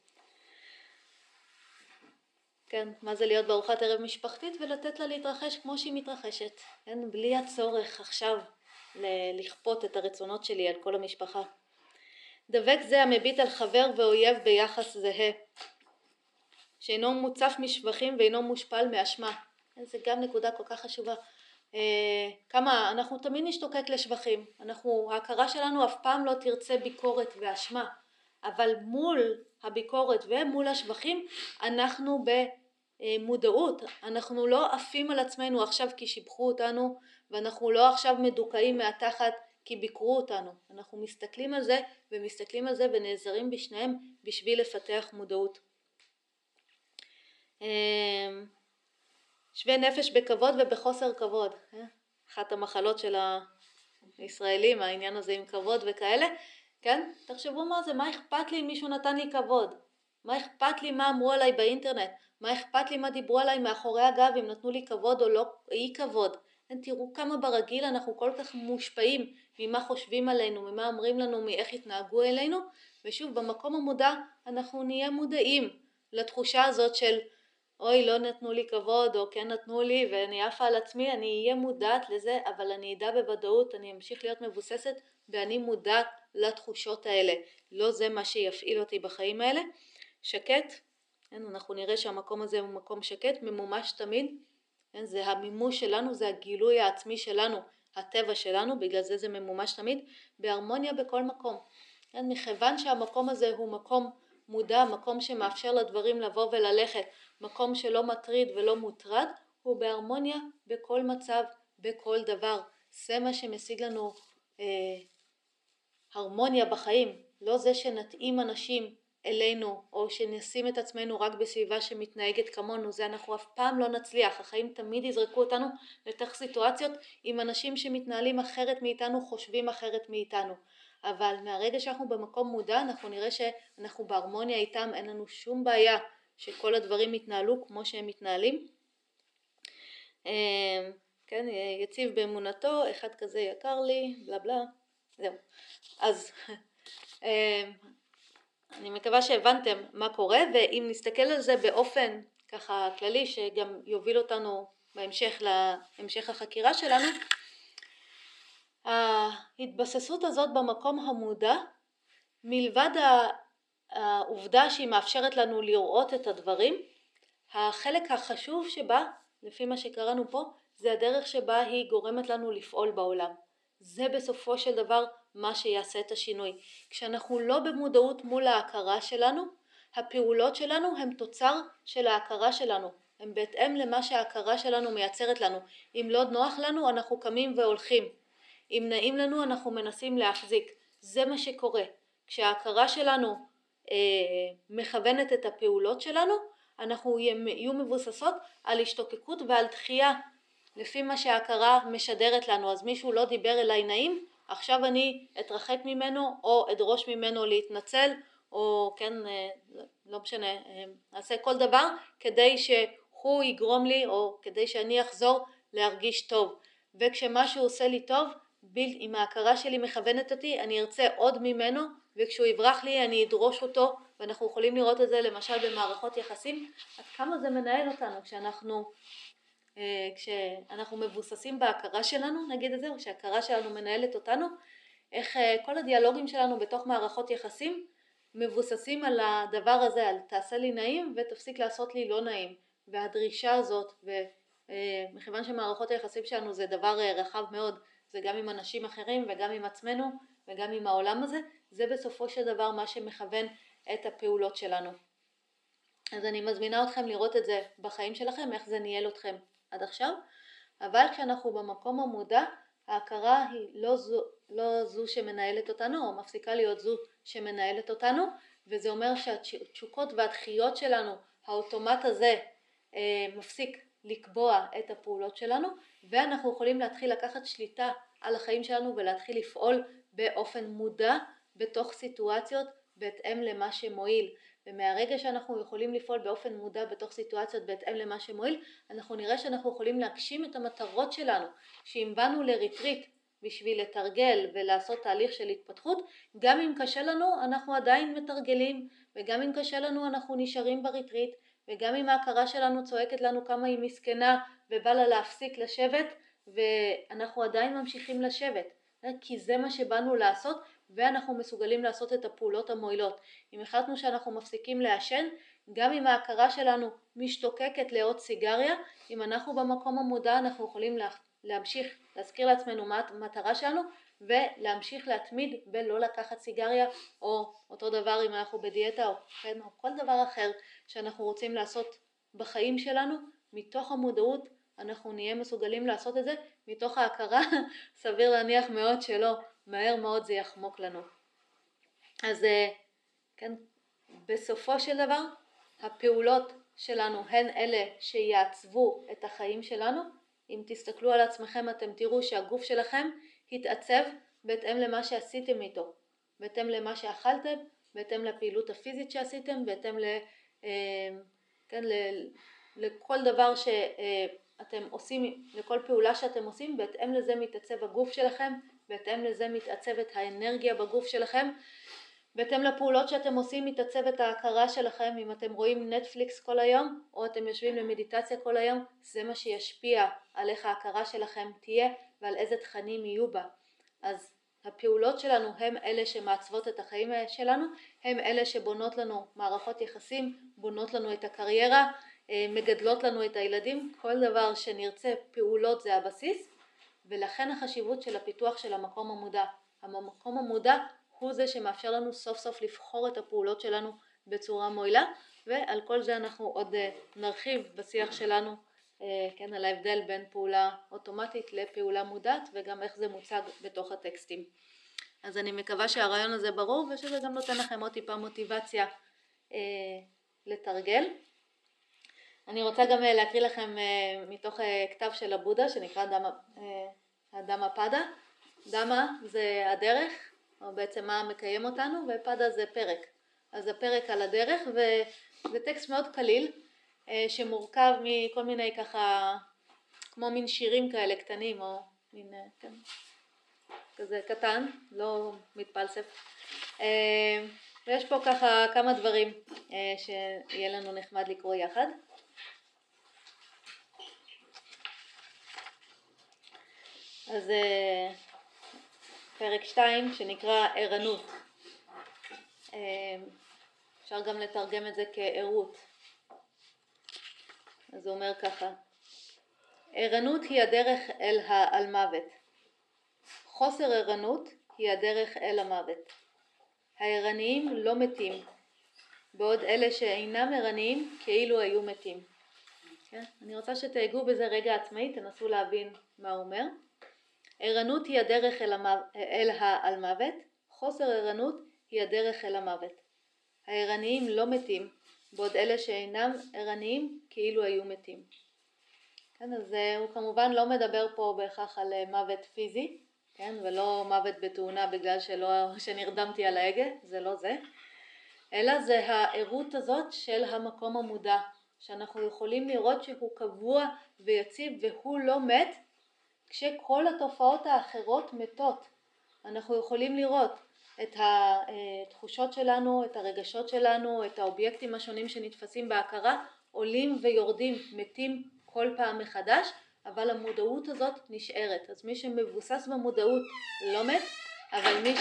כן, מה זה להיות בארוחת ערב משפחתית ולתת לה להתרחש כמו שהיא מתרחשת. כן, בלי הצורך עכשיו לכפות את הרצונות שלי על כל המשפחה. דבק זה המביט על חבר ואויב ביחס זהה, שאינו מוצף משבחים ואינו מושפל מאשמה. זה גם נקודה כל כך חשובה. אה, כמה אנחנו תמיד נשתוקק לשבחים, אנחנו, ההכרה שלנו אף פעם לא תרצה ביקורת ואשמה, אבל מול הביקורת ומול השבחים אנחנו במודעות, אנחנו לא עפים על עצמנו עכשיו כי שיבחו אותנו, ואנחנו לא עכשיו מדוכאים מהתחת כי ביקרו אותנו, אנחנו מסתכלים על זה ומסתכלים על זה ונעזרים בשניהם בשביל לפתח מודעות. שווה נפש בכבוד ובחוסר כבוד, אחת המחלות של הישראלים, העניין הזה עם כבוד וכאלה, כן? תחשבו מה זה, מה אכפת לי אם מישהו נתן לי כבוד? מה אכפת לי מה אמרו עליי באינטרנט? מה אכפת לי מה דיברו עליי מאחורי הגב אם נתנו לי כבוד או לא אי כבוד? תראו כמה ברגיל אנחנו כל כך מושפעים ממה חושבים עלינו, ממה אומרים לנו, מאיך התנהגו אלינו, ושוב במקום המודע אנחנו נהיה מודעים לתחושה הזאת של אוי לא נתנו לי כבוד או כן נתנו לי ואני עפה על עצמי, אני אהיה מודעת לזה, אבל אני אדע בוודאות, אני אמשיך להיות מבוססת ואני מודעת לתחושות האלה. לא זה מה שיפעיל אותי בחיים האלה. שקט, אנחנו נראה שהמקום הזה הוא מקום שקט, ממומש תמיד, זה המימוש שלנו, זה הגילוי העצמי שלנו, הטבע שלנו, בגלל זה זה ממומש תמיד, בהרמוניה בכל מקום. מכיוון שהמקום הזה הוא מקום מודע, מקום שמאפשר לדברים לבוא וללכת, מקום שלא מטריד ולא מוטרד, הוא בהרמוניה בכל מצב, בכל דבר. זה מה שמשיג לנו אה, הרמוניה בחיים, לא זה שנתאים אנשים אלינו, או שנשים את עצמנו רק בסביבה שמתנהגת כמונו, זה אנחנו אף פעם לא נצליח, החיים תמיד יזרקו אותנו לתוך סיטואציות עם אנשים שמתנהלים אחרת מאיתנו, חושבים אחרת מאיתנו. אבל מהרגע שאנחנו במקום מודע, אנחנו נראה שאנחנו בהרמוניה איתם, אין לנו שום בעיה שכל הדברים מתנהלו כמו שהם מתנהלים. כן, יציב באמונתו, אחד כזה יקר לי, בלה בלה, זהו. אז אני מקווה שהבנתם מה קורה, ואם נסתכל על זה באופן ככה כללי שגם יוביל אותנו בהמשך להמשך החקירה שלנו, ההתבססות הזאת במקום המודע, מלבד העובדה שהיא מאפשרת לנו לראות את הדברים, החלק החשוב שבה, לפי מה שקראנו פה, זה הדרך שבה היא גורמת לנו לפעול בעולם. זה בסופו של דבר מה שיעשה את השינוי. כשאנחנו לא במודעות מול ההכרה שלנו, הפעולות שלנו הם תוצר של ההכרה שלנו. הם בהתאם למה שההכרה שלנו מייצרת לנו. אם לא נוח לנו, אנחנו קמים והולכים. אם נעים לנו, אנחנו מנסים להחזיק. זה מה שקורה. כשההכרה שלנו אה, מכוונת את הפעולות שלנו, אנחנו יהיו מבוססות על השתוקקות ועל דחייה, לפי מה שההכרה משדרת לנו. אז מישהו לא דיבר אליי נעים, עכשיו אני אתרחק ממנו או אדרוש ממנו להתנצל, או כן, לא משנה, אעשה כל דבר כדי שהוא יגרום לי או כדי שאני אחזור להרגיש טוב. וכשמשהו עושה לי טוב, אם ההכרה שלי מכוונת אותי, אני ארצה עוד ממנו, וכשהוא יברח לי אני אדרוש אותו, ואנחנו יכולים לראות את זה למשל במערכות יחסים. עד כמה זה מנהל אותנו כשאנחנו, כשאנחנו מבוססים בהכרה שלנו, נגיד את זה, או שההכרה שלנו מנהלת אותנו, איך כל הדיאלוגים שלנו בתוך מערכות יחסים מבוססים על הדבר הזה, על תעשה לי נעים ותפסיק לעשות לי לא נעים. והדרישה הזאת, ומכיוון שמערכות היחסים שלנו זה דבר רחב מאוד, זה גם עם אנשים אחרים וגם עם עצמנו וגם עם העולם הזה, זה בסופו של דבר מה שמכוון את הפעולות שלנו. אז אני מזמינה אתכם לראות את זה בחיים שלכם, איך זה ניהל אתכם עד עכשיו. אבל כשאנחנו במקום המודע, ההכרה היא לא זו, לא זו שמנהלת אותנו, או מפסיקה להיות זו שמנהלת אותנו, וזה אומר שהתשוקות והדחיות שלנו, האוטומט הזה אה, מפסיק לקבוע את הפעולות שלנו, ואנחנו יכולים להתחיל לקחת שליטה על החיים שלנו ולהתחיל לפעול באופן מודע בתוך סיטואציות בהתאם למה שמועיל. ומהרגע שאנחנו יכולים לפעול באופן מודע בתוך סיטואציות בהתאם למה שמועיל, אנחנו נראה שאנחנו יכולים להגשים את המטרות שלנו. שאם באנו לריטריט בשביל לתרגל ולעשות תהליך של התפתחות, גם אם קשה לנו אנחנו עדיין מתרגלים, וגם אם קשה לנו אנחנו נשארים בריטריט, וגם אם ההכרה שלנו צועקת לנו כמה היא מסכנה ובא לה להפסיק לשבת, ואנחנו עדיין ממשיכים לשבת, כי זה מה שבאנו לעשות, ואנחנו מסוגלים לעשות את הפעולות המועילות. אם החלטנו שאנחנו מפסיקים לעשן, גם אם ההכרה שלנו משתוקקת לעוד סיגריה, אם אנחנו במקום המודע אנחנו יכולים להמשיך, להזכיר לעצמנו מה המטרה שלנו, ולהמשיך להתמיד בלא לקחת סיגריה, או אותו דבר אם אנחנו בדיאטה, או, כן, או כל דבר אחר שאנחנו רוצים לעשות בחיים שלנו. מתוך המודעות אנחנו נהיה מסוגלים לעשות את זה, מתוך ההכרה סביר להניח מאוד שלא, מהר מאוד זה יחמוק לנו. אז כן, בסופו של דבר הפעולות שלנו הן אלה שיעצבו את החיים שלנו. אם תסתכלו על עצמכם אתם תראו שהגוף שלכם התעצב בהתאם למה שעשיתם איתו, בהתאם למה שאכלתם, בהתאם לפעילות הפיזית שעשיתם, בהתאם ל, כן, ל, לכל דבר שאתם עושים, לכל פעולה שאתם עושים, בהתאם לזה מתעצב הגוף שלכם, בהתאם לזה מתעצבת האנרגיה בגוף שלכם, בהתאם לפעולות שאתם עושים מתעצבת ההכרה שלכם. אם אתם רואים נטפליקס כל היום או אתם יושבים למדיטציה כל היום, זה מה שישפיע על איך ההכרה שלכם תהיה ועל איזה תכנים יהיו בה. אז הפעולות שלנו הם אלה שמעצבות את החיים שלנו, הם אלה שבונות לנו מערכות יחסים, בונות לנו את הקריירה, מגדלות לנו את הילדים. כל דבר שנרצה, פעולות זה הבסיס, ולכן החשיבות של הפיתוח של המקום המודע. המקום המודע הוא זה שמאפשר לנו סוף סוף לבחור את הפעולות שלנו בצורה מועילה, ועל כל זה אנחנו עוד נרחיב בשיח שלנו, כן, על ההבדל בין פעולה אוטומטית לפעולה מודעת, וגם איך זה מוצג בתוך הטקסטים. אז אני מקווה שהרעיון הזה ברור, ושזה גם נותן לכם עוד טיפה מוטיבציה אה, לתרגל. אני רוצה גם להקריא לכם אה, מתוך אה, כתב של הבודה שנקרא דמה, אה, הדמה פדה. דמה זה הדרך, או בעצם מה מקיים אותנו, ופדה זה פרק. אז הפרק על הדרך, וזה טקסט מאוד קליל, שמורכב מכל מיני ככה, כמו מין שירים כאלה קטנים, או מין, כן, כזה קטן, לא מתפלסף. ויש פה ככה כמה דברים אה, שיהיה לנו נחמד לקרוא יחד. אז אה, פרק שתיים שנקרא ערנות. אה, אפשר גם לתרגם את זה כערות. אז הוא אומר ככה: ערנות היא הדרך אל העל מוות. חוסר ערנות היא הדרך אל המוות. הערניים לא מתים, בעוד אלה שאינם ערניים כאילו היו מתים. כן? אני רוצה שתהגו בזה רגע עצמאי, תנסו להבין מה הוא אומר. ערנות היא הדרך אל, המו... אל העל מוות, חוסר ערנות היא הדרך אל המוות. הערניים לא מתים, בעוד אלה שאינם ערניים כאילו היו מתים. כן, אז הוא כמובן לא מדבר פה בהכרח על מוות פיזי, כן, ולא מוות בתאונה בגלל שלא, שנרדמתי על ההגה, זה לא זה, אלא זה הערות הזאת של המקום המודע, שאנחנו יכולים לראות שהוא קבוע ויציב והוא לא מת, כשכל התופעות האחרות מתות. אנחנו יכולים לראות את התחושות שלנו, את הרגשות שלנו, את האובייקטים השונים שנתפסים בהכרה, עולים ויורדים, מתים כל פעם מחדש, אבל המודעות הזאת נשארת. אז מי שמבוסס במודעות לא מת, אבל מי, ש,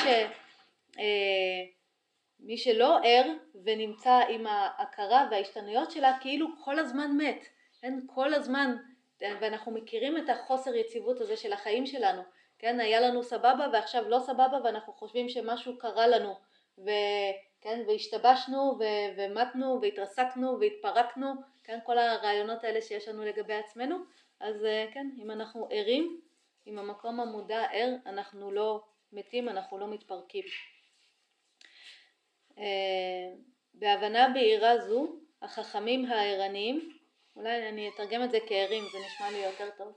מי שלא ער ונמצא עם ההכרה וההשתנויות שלה, כאילו כל הזמן מת. אין כל הזמן, ואנחנו מכירים את החוסר יציבות הזה של החיים שלנו. כן, היה לנו סבבה ועכשיו לא סבבה ואנחנו חושבים שמשהו קרה לנו וכן, והשתבשנו ו- ומתנו והתרסקנו והתפרקנו, כן, כל הרעיונות האלה שיש לנו לגבי עצמנו. אז כן, אם אנחנו ערים, אם המקום המודע ער, אנחנו לא מתים, אנחנו לא מתפרקים. בהבנה בהירה זו, החכמים הערניים, אולי אני אתרגם את זה כערים, זה נשמע לי יותר טוב.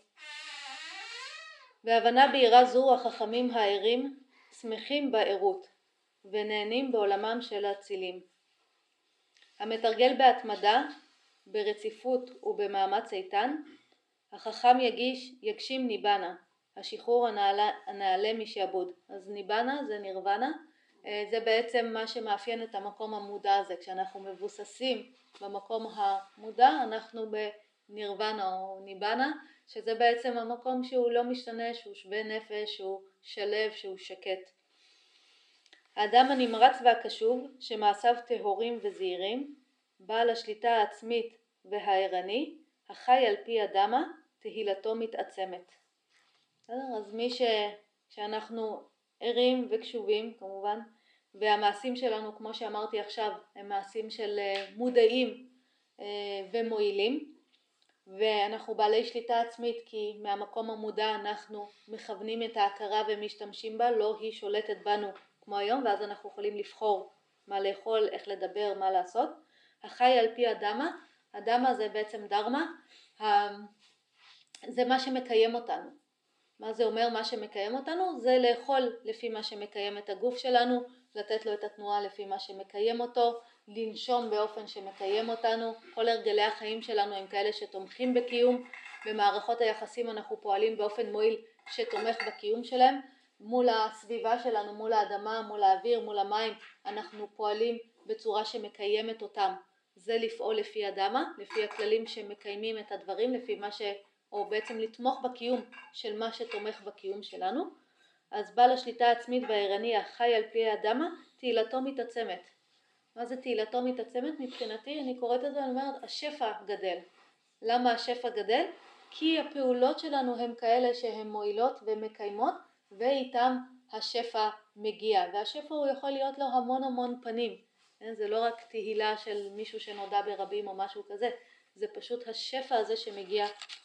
בהבנה בהירה זו, החכמים הערים שמחים בערות ונהנים בעולמם של האצילים. המתרגל בהתמדה, ברציפות ובמאמץ איתן, החכם יגיש, יגשים ניבנה, השחרור הנעלה, הנעלה משעבוד. אז ניבנה זה נירוונה, זה בעצם מה שמאפיין את המקום המודע הזה. כשאנחנו מבוססים במקום המודע, אנחנו בנירוונה או ניבנה, שזה בעצם המקום שהוא לא משתנה, שהוא שווה נפש, שהוא שלב, שהוא שקט. האדם הנמרץ והקשוב, שמעשיו טהורים וזהירים, בעל השליטה העצמית והערני, החי על פי אדמה, תהילתו מתעצמת. אז מי ש... שאנחנו ערים וקשובים כמובן, והמעשים שלנו, כמו שאמרתי עכשיו, הם מעשים של מודעים ומועילים, ואנחנו בעלי שליטה עצמית כי מהמקום המודע אנחנו מכוונים את ההכרה ומשתמשים בה, לא היא שולטת בנו כמו היום, ואז אנחנו יכולים לבחור מה לאכול, איך לדבר, מה לעשות. החי על פי אדמה, אדמה זה בעצם דרמה, זה מה שמקיים אותנו. מה זה אומר מה שמקיים אותנו? זה לאכול לפי מה שמקיים את הגוף שלנו, לתת לו את התנועה לפי מה שמקיים אותו, לנשום באופן שמקיים אותנו. כל הרגלי החיים שלנו הם כאלה שתומכים בקיום. במערכות היחסים אנחנו פועלים באופן מועיל שתומך בקיום שלהם. מול הסביבה שלנו, מול האדמה, מול האוויר, מול המים, אנחנו פועלים בצורה שמקיימת אותם. זה לפעול לפי אדמה, לפי הכללים שמקיימים את הדברים, לפי מה ש... או בעצם לתמוך בקיום של מה שתומך בקיום שלנו. אז בעל השליטה העצמית והערני החי על פי האדמה, תהילתו מתעצמת. מה זה תהילתו מתעצמת? מבחינתי אני קוראת את זה, אני אומרת, השפע גדל. למה השפע גדל? כי הפעולות שלנו הן כאלה שהן מועילות ומקיימות, ואיתם השפע מגיע. והשפע הוא יכול להיות לו המון המון פנים. זה לא רק תהילה של מישהו שנודע ברבים או משהו כזה, זה פשוט השפע הזה שמגיע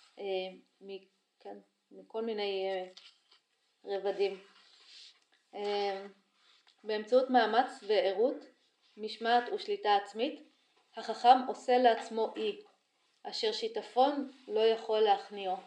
מכל מיני רבדים. באמצעות מאמץ וערות, משמעת ושליטה עצמית, החכם עושה לעצמו אי, אשר שיטפון לא יכול להכניעו.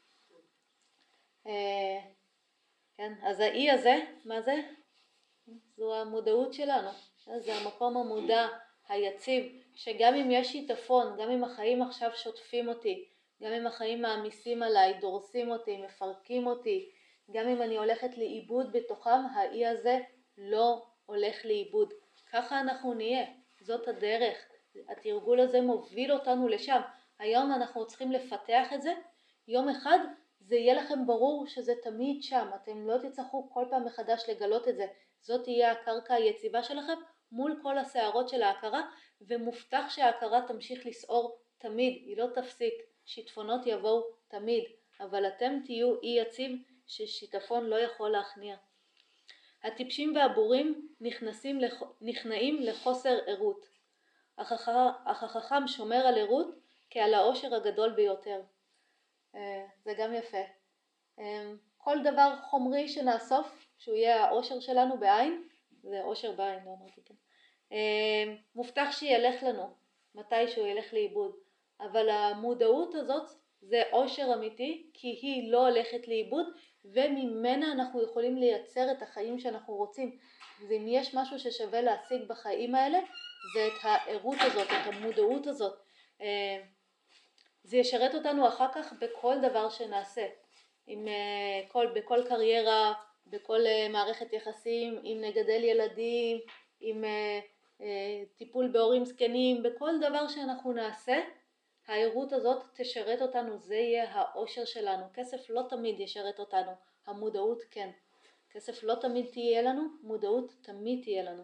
כן, אז האי הזה, מה זה? זו המודעות שלנו, זה המקום המודע, היציב, שגם אם יש שיטפון, גם אם החיים עכשיו שוטפים אותי, גם אם החיים מעמיסים עליי, דורסים אותי, מפרקים אותי, גם אם אני הולכת לאיבוד בתוכם, האי הזה לא הולך לאיבוד. ככה אנחנו נהיה, זאת הדרך, התרגול הזה מוביל אותנו לשם. היום אנחנו צריכים לפתח את זה, יום אחד זה יהיה לכם ברור שזה תמיד שם, אתם לא תצטרכו כל פעם מחדש לגלות את זה, זאת תהיה הקרקע היציבה שלכם מול כל הסערות של ההכרה, ומובטח שההכרה תמשיך לסעור תמיד, היא לא תפסיק, שיטפונות יבואו תמיד, אבל אתם תהיו אי יציב ששיטפון לא יכול להכניע. הטיפשים והבורים נכנסים, נכנעים לחוסר ערות. אך החכם שומר על ערות כעל העושר הגדול ביותר. זה גם יפה. כל דבר חומרי שנאסוף, שהוא יהיה העושר שלנו בעין, זה עושר בעין, לא אמרתי כן. מובטח שילך לנו, מתי שהוא ילך לאיבוד. אבל המודעות הזאת זה עושר אמיתי, כי היא לא הולכת לאיבוד, וממנה אנחנו יכולים לייצר את החיים שאנחנו רוצים. ואם יש משהו ששווה להשיג בחיים האלה, זה את הערות הזאת, את המודעות הזאת. זה ישרת אותנו אחר כך בכל דבר שנעשה. עם כל, בכל קריירה, בכל מערכת יחסים, אם נגדל ילדים, עם טיפול בהורים זקנים, בכל דבר שאנחנו נעשה, הערות הזאת תשרת אותנו, זה יהיה העושר שלנו. כסף לא תמיד ישרת אותנו, המודעות כן. כסף לא תמיד תהיה לנו, מודעות תמיד תהיה לנו.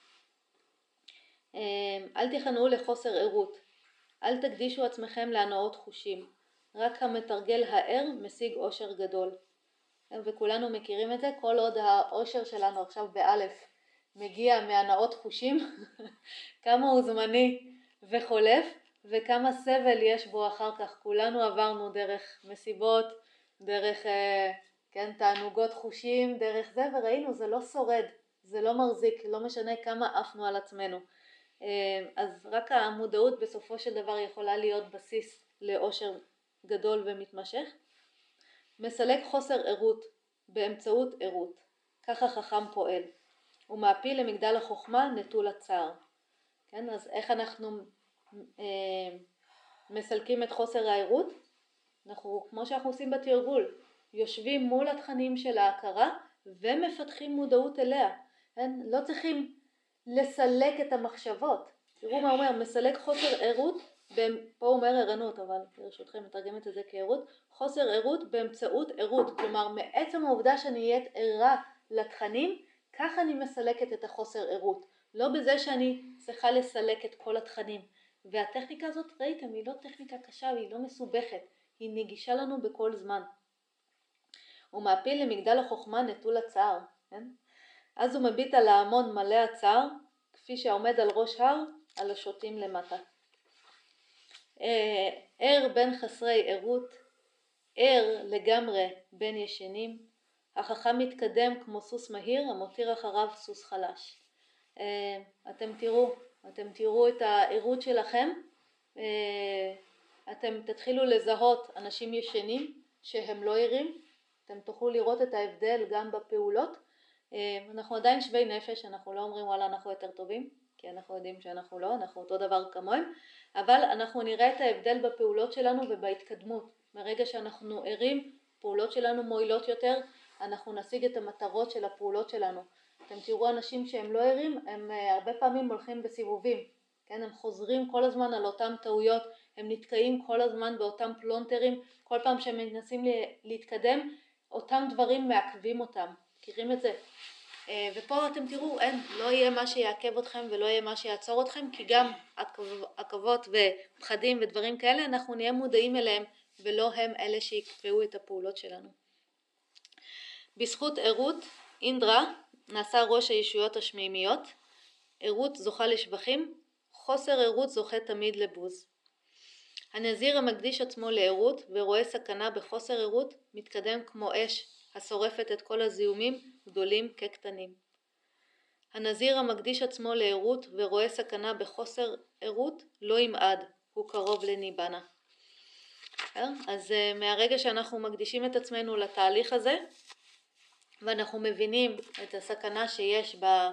אל תכנעו לחוסר ערות, אל תקדישו עצמכם להנאות חושים, רק המתרגל הער משיג עושר גדול. וכולנו מכירים את זה, כל עוד העושר שלנו עכשיו באלף מגיע מהנאות חושים, כמה הוא זמני וחולף, וכמה סבל יש בו אחר כך. כולנו עברנו דרך מסיבות, דרך כן, תענוגות חושים, דרך זה, וראינו זה לא שורד, זה לא מחזיק, לא משנה כמה עפנו על עצמנו. אז רק המודעות בסופו של דבר יכולה להיות בסיס לאושר גדול ומתמשך. מסלק חוסר ערות באמצעות ערות, ככה חכם פועל. הוא מעפיל למגדל החוכמה נטול הצער. כן, אז איך אנחנו אה, מסלקים את חוסר הערות? אנחנו, כמו שאנחנו עושים בתרגול, יושבים מול התכנים של ההכרה ומפתחים מודעות אליה. כן? לא צריכים לסלק את המחשבות. תראו מה אומר, מסלק חוסר ערות, פה הוא אומר ערנות, אבל ברשותכם מתרגמת את זה כערות, חוסר ערות באמצעות ערות, כלומר מעצם העובדה שאני אהיה ערה לתכנים, ככה אני מסלקת את החוסר ערות, לא בזה שאני צריכה לסלק את כל התכנים. והטכניקה הזאת, ראיתם, היא לא טכניקה קשה והיא לא מסובכת, היא נגישה לנו בכל זמן. הוא מעפיל למגדל החוכמה נטול הצער, כן? אז הוא מביט על ההמון מלא הצער, כפי שעומד על ראש הר, על השוטים למטה. ער בין חסרי ערות, ער לגמרי בין ישנים, החכם מתקדם כמו סוס מהיר, המותיר אחריו סוס חלש. אתם תראו, אתם תראו את הערות שלכם, אתם תתחילו לזהות אנשים ישנים שהם לא ערים, אתם תוכלו לראות את ההבדל גם בפעולות. אנחנו עדיין שווי נפש, אנחנו לא אומרים וואלה אנחנו יותר טובים, כי אנחנו יודעים שאנחנו לא, אנחנו אותו דבר כמוהם, אבל אנחנו נראה את ההבדל בפעולות שלנו ובהתקדמות. מרגע שאנחנו ערים, פעולות שלנו מועילות יותר, אנחנו נשיג את המטרות של הפעולות שלנו. אתם תראו אנשים שהם לא ערים, הם הרבה פעמים הולכים בסיבובים, כן? הם חוזרים כל הזמן על אותם טעויות, הם נתקעים כל הזמן באותם פלונטרים, כל פעם שהם מנסים להתקדם, אותם דברים מעכבים אותם. מכירים את זה? ופה אתם תראו, אין, לא יהיה מה שיעכב אתכם ולא יהיה מה שיעצור אתכם, כי גם עכבות ופחדים ודברים כאלה, אנחנו נהיה מודעים אליהם, ולא הם אלה שיקבעו את הפעולות שלנו. בזכות ערות, אינדרה נעשה ראש הישויות השמימיות, ערות זוכה לשבחים, חוסר ערות זוכה תמיד לבוז. הנזיר המקדיש עצמו לערות ורואה סכנה בחוסר ערות, מתקדם כמו אש השורפת את כל הזיהומים, גדולים כקטנים. הנזיר המקדיש עצמו לערות ורואה סכנה בחוסר ערות, לא ימעד, הוא קרוב לניבנה. אז מהרגע שאנחנו מקדישים את עצמנו לתהליך הזה, ואנחנו מבינים את הסכנה שיש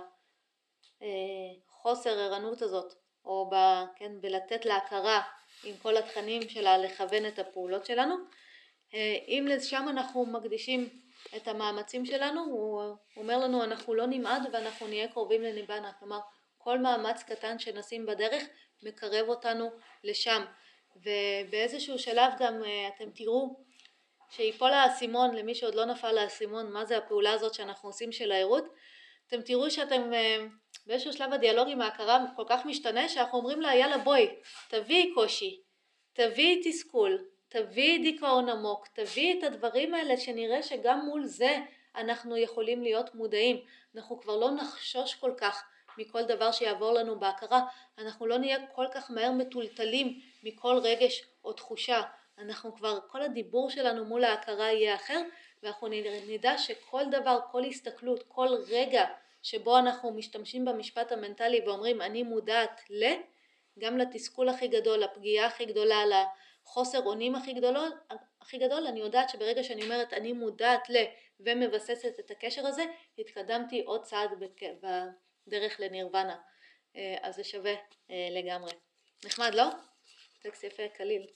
בחוסר ערנות הזאת, או ב, כן, בלתת להכרה עם כל התכנים שלה לכוון את הפעולות שלנו, אם לשם אנחנו מקדישים את המאמצים שלנו, הוא אומר לנו אנחנו לא נמעד ואנחנו נהיה קרובים לניבנה. כלומר, כל מאמץ קטן שנשים בדרך מקרב אותנו לשם. ובאיזשהו שלב גם אתם תראו שיפול האסימון, למי שעוד לא נפל האסימון, מה זה הפעולה הזאת שאנחנו עושים של העירות, אתם תראו שאתם באיזשהו שלב הדיאלוג עם ההכרה כל כך משתנה, שאנחנו אומרים לה, יאללה בואי, תביאי קושי, תביאי תסכול, תביאי דיכאון עמוק, תביאי את הדברים האלה שנראה שגם מול זה אנחנו יכולים להיות מודעים. אנחנו כבר לא נחשוש כל כך מכל דבר שיעבור לנו בהכרה, אנחנו לא נהיה כל כך מהר מטולטלים מכל רגש או תחושה, אנחנו כבר, כל הדיבור שלנו מול ההכרה יהיה אחר, ואנחנו נדע שכל דבר, כל הסתכלות, כל רגע שבו אנחנו משתמשים במשפט המנטלי ואומרים אני מודעת ל, גם לתסכול הכי גדול, לפגיעה הכי גדולה, לחוסר אונים הכי גדול, הכי גדול, אני יודעת שברגע שאני אומרת אני מודעת ל ומבססת את הקשר הזה, התקדמתי עוד צעד בדרך לנירוונה. אז זה שווה לגמרי. נחמד, לא? טקסט יפה, קליל.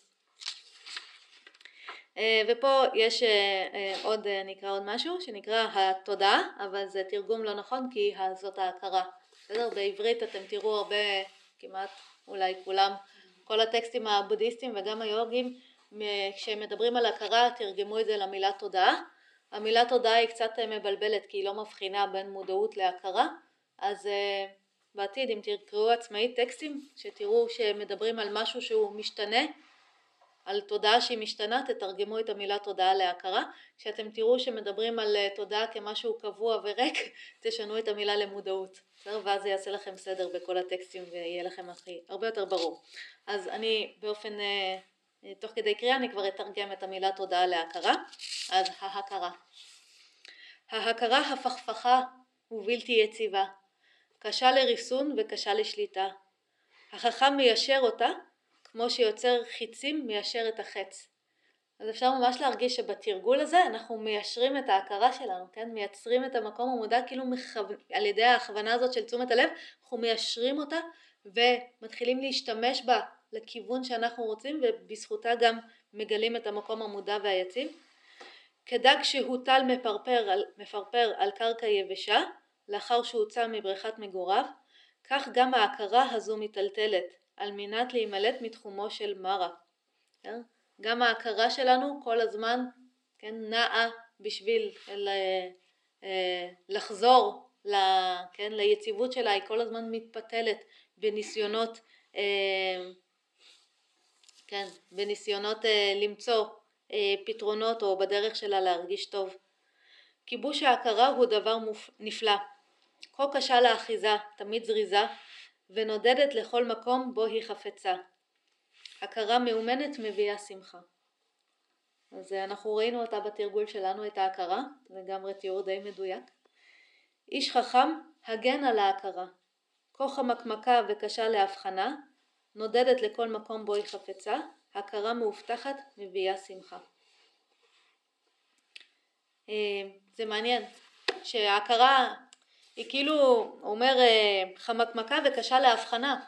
ופה יש עוד, נקרא עוד משהו שנקרא התודעה, אבל זה תרגום לא נכון כי זאת ההכרה. בסדר? בעברית אתם תראו הרבה, כמעט אולי כולם, כל הטקסטים הבודהיסטיים וגם היוגים, כשהם מדברים על הכרה תרגמו את זה למילה תודעה. המילה תודעה היא קצת מבלבלת כי היא לא מבחינה בין מודעות להכרה, אז בעתיד אם תקראו עצמאית טקסטים שתראו שמדברים על משהו שהוא משתנה, על תודעה שהיא משתנה, תתרגמו את המילה תודעה להכרה. כשאתם תראו שמדברים על תודעה כמשהו קבוע וריק, תשנו את המילה למודעות. ואז זה יעשה לכם סדר בכל הטקסטים ויהיה לכם הכי, הרבה יותר ברור. אז אני באופן, תוך כדי קריאה, אני כבר אתרגם את המילה תודעה להכרה. אז ההכרה. ההכרה הפכפכה ובלתי יציבה, קשה לריסון וקשה לשליטה. החכם מיישר אותה, כמו שיוצר חיצים מיישר את החץ. אז אפשר ממש להרגיש שבתרגול הזה אנחנו מיישרים את ההכרה שלנו, כן? מייצרים את המקום המודע, כאילו מחו... על ידי ההכוונה הזאת של תשומת הלב, אנחנו מיישרים אותה ומתחילים להשתמש בה לכיוון שאנחנו רוצים, ובזכותה גם מגלים את המקום המודע והיציב. כדג שהוטל מפרפר על, מפרפר על קרקע יבשה, לאחר שהוצא מבריכת מגוריו, כך גם ההכרה הזו מטלטלת, על מנת להימלט מתחומו של מרה. גם ההכרה שלנו כל הזמן, כן, נעה בשביל לחזור, כן, ליציבות שלה, היא כל הזמן מתפתלת בניסיונות, כן, בניסיונות למצוא פתרונות או בדרך שלה להרגיש טוב. כיבוש ההכרה הוא דבר נפלא, כה קשה לאחיזה, תמיד זריזה, ונודדת לכל מקום בו היא חפצה. הכרה מאומנת מביאה שמחה. אז אנחנו ראינו אותה בתרגול שלנו, את ההכרה, לגמרי תיאור די מדויק. איש חכם הגן על ההכרה, כה חמקמקה וקשה להבחנה, נודדת לכל מקום בו היא חפצה, הכרה מאובטחת מביאה שמחה. זה מעניין, שההכרה היא כאילו, הוא אומר, חמקמקה וקשה להבחנה.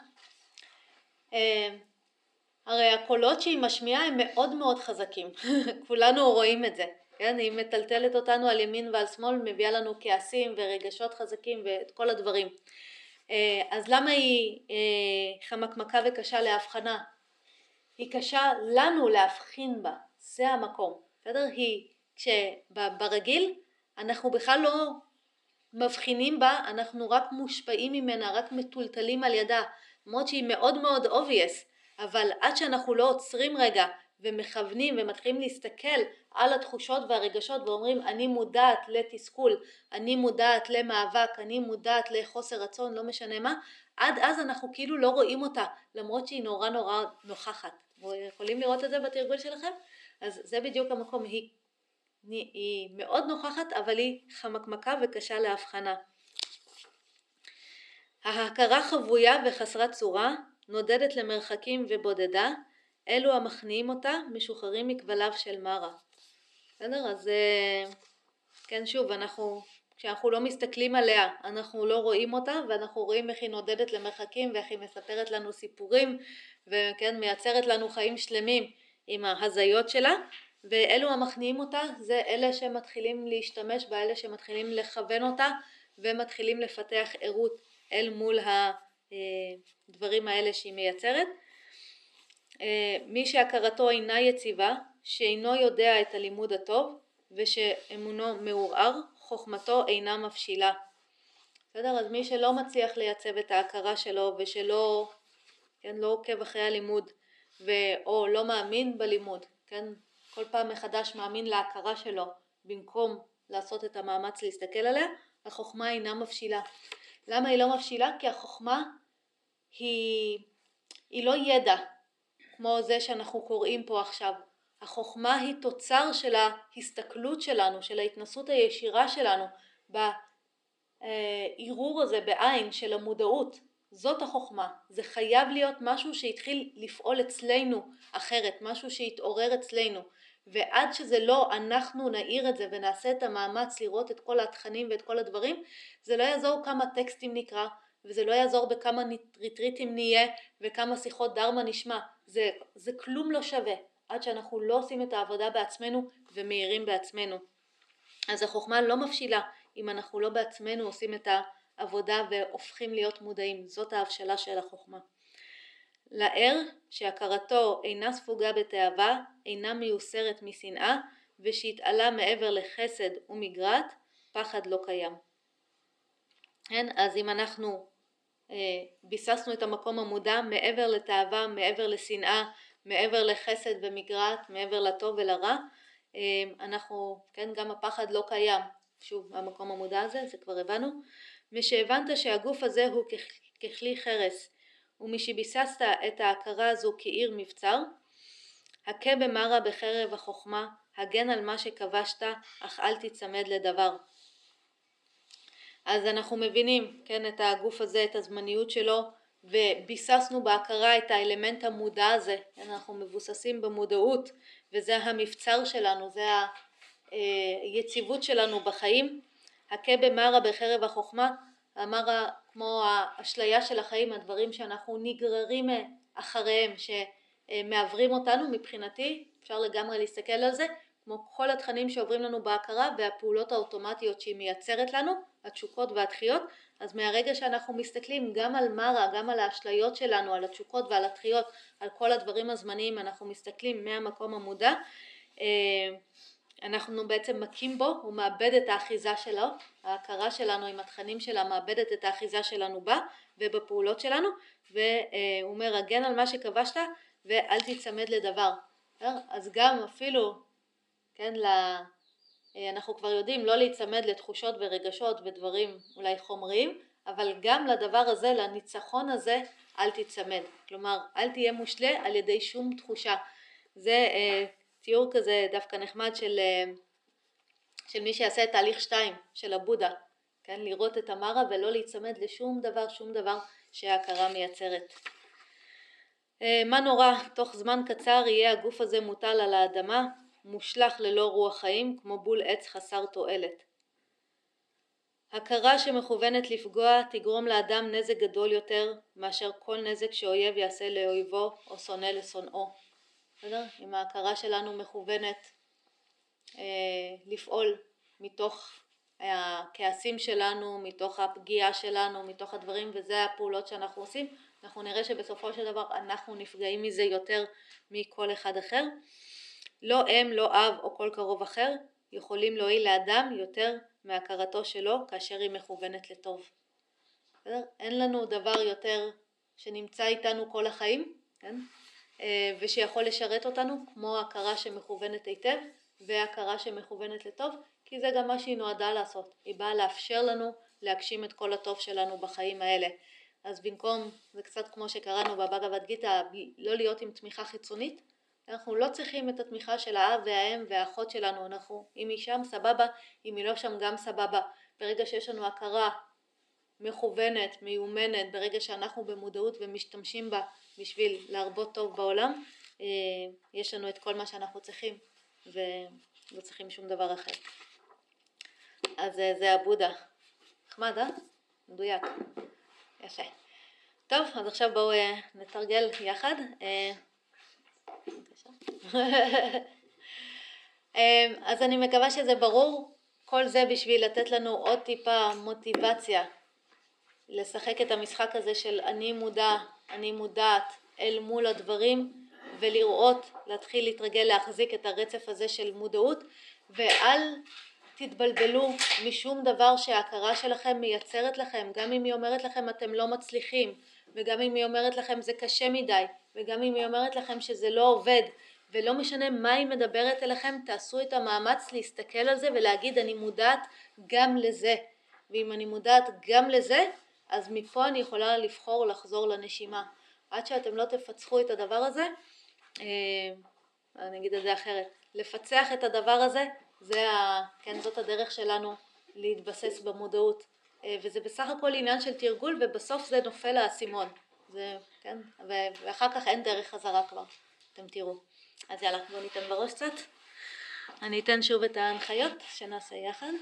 הרי הקולות שהיא משמיעה הם מאוד מאוד חזקים, כולנו רואים את זה, כן? היא מטלטלת אותנו על ימין ועל שמאל, מביאה לנו כעסים ורגשות חזקים ואת כל הדברים. אז למה היא חמקמקה וקשה להבחנה? היא קשה לנו להבחין בה, זה המקום, בסדר? היא, כשברגיל אנחנו בכלל לא מבחינים בה, אנחנו רק מושפעים ממנה, רק מטולטלים על ידה, למרות שהיא מאוד מאוד obvious, אבל עד שאנחנו לא עוצרים רגע ומכוונים ומתחילים להסתכל על התחושות והרגשות ואומרים אני מודעת לתסכול, אני מודעת למאבק, אני מודעת לחוסר רצון, לא משנה מה, עד אז אנחנו כאילו לא רואים אותה, למרות שהיא נורא נורא נוכחת. יכולים לראות את זה בתרגול שלכם? אז זה בדיוק המקום, היא, היא מאוד נוכחת אבל היא חמקמקה וקשה להבחנה. ההכרה חבויה וחסרת צורה, נודדת למרחקים ובודדה, אלו המכניעים אותה משוחררים מכבליו של מרה. בסדר? אז כן, שוב, אנחנו, כשאנחנו לא מסתכלים עליה, אנחנו לא רואים אותה, ואנחנו רואים איך היא נודדת למרחקים, ואיך היא מספרת לנו סיפורים, וכן, מייצרת לנו חיים שלמים עם ההזיות שלה, ואלו המכניעים אותה, זה אלה שמתחילים להשתמש בה, אלה שמתחילים לכוון אותה, ומתחילים לפתח עירות אל מול ה... הדברים האלה שהיא מייצרת. מי שהכרתו אינה יציבה, שאינו יודע את הלימוד הטוב ושאמונו מעורער, חוכמתו אינה מבשילה. בסדר? אז מי שלא מצליח לייצב את ההכרה שלו ושלא, כן, לא עוקב אחרי הלימוד ו, או לא מאמין בלימוד, כן, כל פעם מחדש מאמין להכרה שלו במקום לעשות את המאמץ להסתכל עליה, החוכמה אינה מבשילה. למה היא לא מבשילה? כי החוכמה היא, היא לא ידע כמו זה שאנחנו קוראים פה עכשיו. החוכמה היא תוצר של ההסתכלות שלנו, של ההתנסות הישירה שלנו בעירור הזה בעין של המודעות. זאת החוכמה. זה חייב להיות משהו שהתחיל לפעול אצלנו אחרת, משהו שהתעורר אצלנו. ועד שזה לא, אנחנו נעיר את זה ונעשה את המאמץ לראות את כל התכנים ואת כל הדברים, זה לא יעזור כמה טקסטים נקרא, וזה לא יעזור בכמה ריטריטים נהיה וכמה שיחות דרמה נשמע. זה, זה כלום לא שווה, עד שאנחנו לא עושים את העבודה בעצמנו ומאירים בעצמנו. אז החוכמה לא מבשילה אם אנחנו לא בעצמנו עושים את העבודה והופכים להיות מודעים. זאת ההבשלה של החוכמה. לער שהכרתו אינה ספוגה בתאווה, אינה מיוסרת משנאה, ושהתעלה מעבר לחסד ומגרעת, פחד לא קיים. כן? אז אם אנחנו אה, ביססנו את המקום המודע מעבר לתאווה, מעבר לשנאה, מעבר לחסד ומגרעת, מעבר לטוב ולרע, אה, אנחנו, כן, גם הפחד לא קיים. שוב, המקום המודע הזה, זה כבר הבנו. משהבנת שהגוף הזה הוא ככלי חרס, ומשביססת את ההכרה הזו כעיר מבצר, הכה במרה בחרב החוכמה, הגן על מה שכבשת, אך אל תצמד לדבר. אז אנחנו מבינים, כן, את הגוף הזה, את הזמניות שלו, וביססנו בהכרה את האלמנט המודע הזה. אנחנו מבוססים במודעות, וזה המבצר שלנו, זה היציבות שלנו בחיים. הכה במרה בחרב החוכמה, המרה כמו האשליה של החיים, הדברים שאנחנו נגררים אחריהם, שמעברים אותנו. מבחינתי, אפשר לגמרי להסתכל על זה, כמו כל התכנים שעוברים לנו בהכרה והפעולות האוטומטיות שהיא מייצרת לנו, התשוקות והתחיות. אז מהרגע שאנחנו מסתכלים גם על מרה, גם על האשליות שלנו, על התשוקות ועל התחיות, על כל הדברים הזמניים, אנחנו מסתכלים מהמקום המודע, אנחנו בעצם מכים בו, הוא מאבד את האחיזה שלו, ההכרה שלנו עם התכנים שלה מאבדת את האחיזה שלנו בה ובפעולות שלנו, והוא אומר, הגן על מה שכבשת ואל תצמד לדבר. אז גם אפילו, כן, אנחנו כבר יודעים לא להצמד לתחושות ורגשות ודברים אולי חומריים, אבל גם לדבר הזה, לניצחון הזה, אל תצמד. כלומר, אל תהיה מושלה על ידי שום תחושה. זה תיאור כזה דווקא נחמד של, של מי שיעשה את תהליך שתיים של הבודה, כן? לראות את המרה ולא להצמד לשום דבר, שום דבר שההכרה מייצרת. מה נורא, תוך זמן קצר יהיה הגוף הזה מוטל על האדמה, מושלח ללא רוח חיים, כמו בול עץ חסר תועלת. הכרה שמכוונת לפגוע תגרום לאדם נזק גדול יותר מאשר כל נזק שאויב יעשה לאויבו או שונא לשונאו. בסדר? אם ההכרה שלנו מכוונת אה, לפעול מתוך הכעסים שלנו, מתוך הפגיעה שלנו, מתוך הדברים, וזה הפעולות שאנחנו עושים, אנחנו נראה שבסופו של דבר אנחנו נפגעים מזה יותר מכל אחד אחר. לא אם, לא אב או כל קרוב אחר יכולים להועיל לאדם יותר מהכרתו שלו כאשר היא מכוונת לטוב. בסדר? אין לנו דבר יותר שנמצא איתנו כל החיים, כן? ושיכול לשרת אותנו כמו הכרה שמכוונת היטב והכרה שמכוונת לטוב, כי זה גם מה שהיא נועדה לעשות. היא באה לאפשר לנו להגשים את כל הטוב שלנו בחיים האלה. אז במקום, זה קצת כמו שקראנו בבגבד גיטה, לא להיות עם תמיכה חיצונית, אנחנו לא צריכים את התמיכה של האב והאם והאחות שלנו. אנחנו, אם היא שם סבבה, אם היא לא שם גם סבבה. ברגע שיש לנו הכרה מכוונת, מיומנת, ברגע שאנחנו במודעות ומשתמשים בה בשביל להרבות טוב בעולם, יש לנו את כל מה שאנחנו צריכים ולא צריכים שום דבר אחר. אז זה הבודה. נחמד, אה? מדויק. יפה. טוב, אז עכשיו בואו נתרגל יחד. אז אני מקווה שזה ברור. כל זה בשביל לתת לנו עוד טיפה מוטיבציה לשחק את המשחק הזה של אני מודע, אני מודעת אל מול הדברים, ולראות, להתחיל להתרגל להחזיק את הרצף הזה של מודעות, ואל תתבלבלו משום דבר שההכרה שלכם מייצרת לכם, גם אם היא אומרת לכם אתם לא מצליחים, וגם אם היא אומרת לכם זה קשה מדי, וגם אם היא אומרת לכם שזה לא עובד, ולא משנה מה היא מדברת אליכם, תעשו את המאמץ להסתכל על זה ולהגיד אני מודעת גם לזה, ואם אני מודעת גם לזה, אז מפה אני יכולה לבחור לחזור לנשימה. עד שאתם לא תפצחו את הדבר הזה, אני אגיד את זה אחרת, לפצח את הדבר הזה, זה ה, כן, זאת הדרך שלנו להתבסס במודעות, וזה בסך הכל עניין של תרגול, ובסוף זה נופל האסימון, זה, כן, ואחר כך אין דרך חזרה כבר, אתם תראו. אז יאללה, בואו ניתן בראש קצת. אני אתן שוב את ההנחיות שנעשה יחד.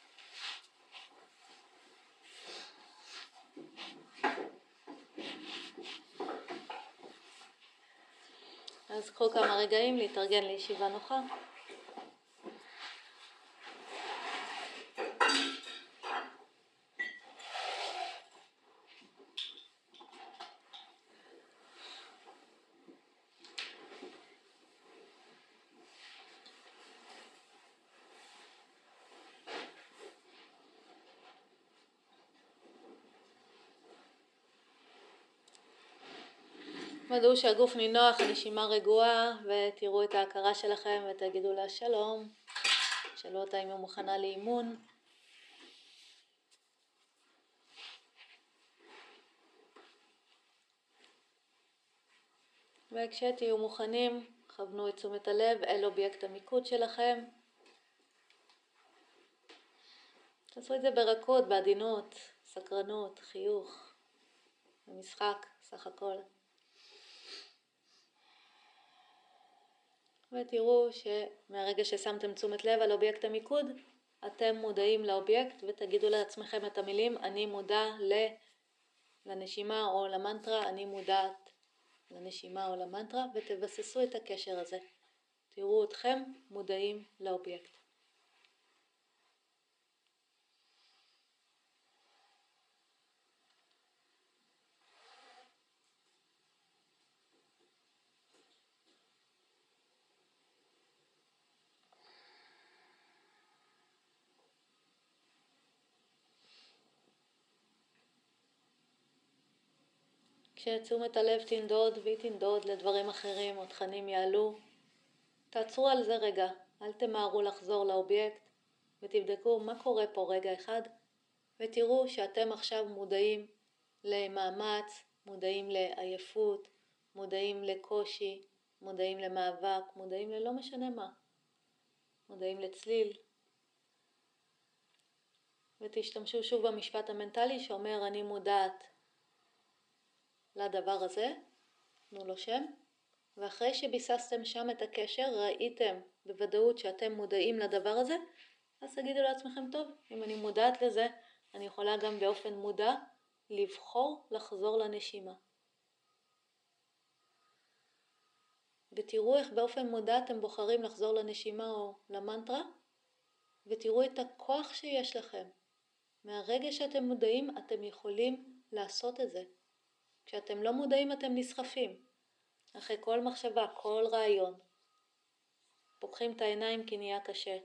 אז קחו כמה רגעים להתארגן לישיבה נוחה. ודאו שהגוף נינוח, הנשימה רגועה, ותראו את ההכרה שלכם ותגידו לה שלום. שאלו אותה אם היא מוכנה לאימון. וכשתהיו מוכנים, כוונו את תשומת הלב אל אובייקט המיקוד שלכם. תעשו את זה ברכות, בעדינות, סקרנות, חיוך, במשחק, סך הכל. ותראו שמהרגע ששמתם תשומת לב על אובייקט המיקוד, אתם מודעים לאובייקט ותגידו לעצמכם את המילים אני מודע לנשימה או למנטרה, אני מודעת לנשימה או למנטרה, ותבססו את הקשר הזה. תראו אתכם מודעים לאובייקט. כשתשומת הלב תנדוד והיא תנדוד לדברים אחרים או תכנים יעלו, תעצרו על זה רגע, אל תמהרו לחזור לאובייקט ותבדקו מה קורה פה רגע אחד, ותראו שאתם עכשיו מודעים למאמץ, מודעים לעייפות, מודעים לקושי, מודעים למאבק, מודעים ללא משנה מה, מודעים לצליל. ותשתמשו שוב במשפט המנטלי שאומר אני מודעת לדבר הזה, תנו לו שם, ואחרי שביססתם שם את הקשר, ראיתם בוודאות שאתם מודעים לדבר הזה, אז תגידו לעצמכם, טוב, אם אני מודעת לזה, אני יכולה גם באופן מודע לבחור לחזור לנשימה. ותראו איך באופן מודע אתם בוחרים לחזור לנשימה או למנטרה, ותראו את הכוח שיש לכם. מהרגע שאתם מודעים, אתם יכולים לעשות את זה. כשאתם לא מודעים, אתם נסחפים. אחרי כל מחשבה, כל רעיון. פוקחים את העיניים כי נהיה קשה.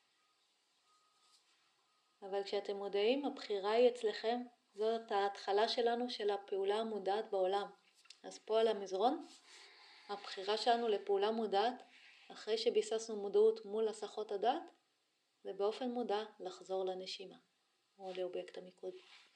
אבל כשאתם מודעים, הבחירה היא אצלכם. זאת ההתחלה שלנו של הפעולה המודעת בעולם. אז פה על המזרון, הבחירה שלנו לפעולה מודעת, אחרי שביססנו מודעות מול הסחות הדעת, זה באופן מודע לחזור לנשימה, או לאובייקט המיקוד.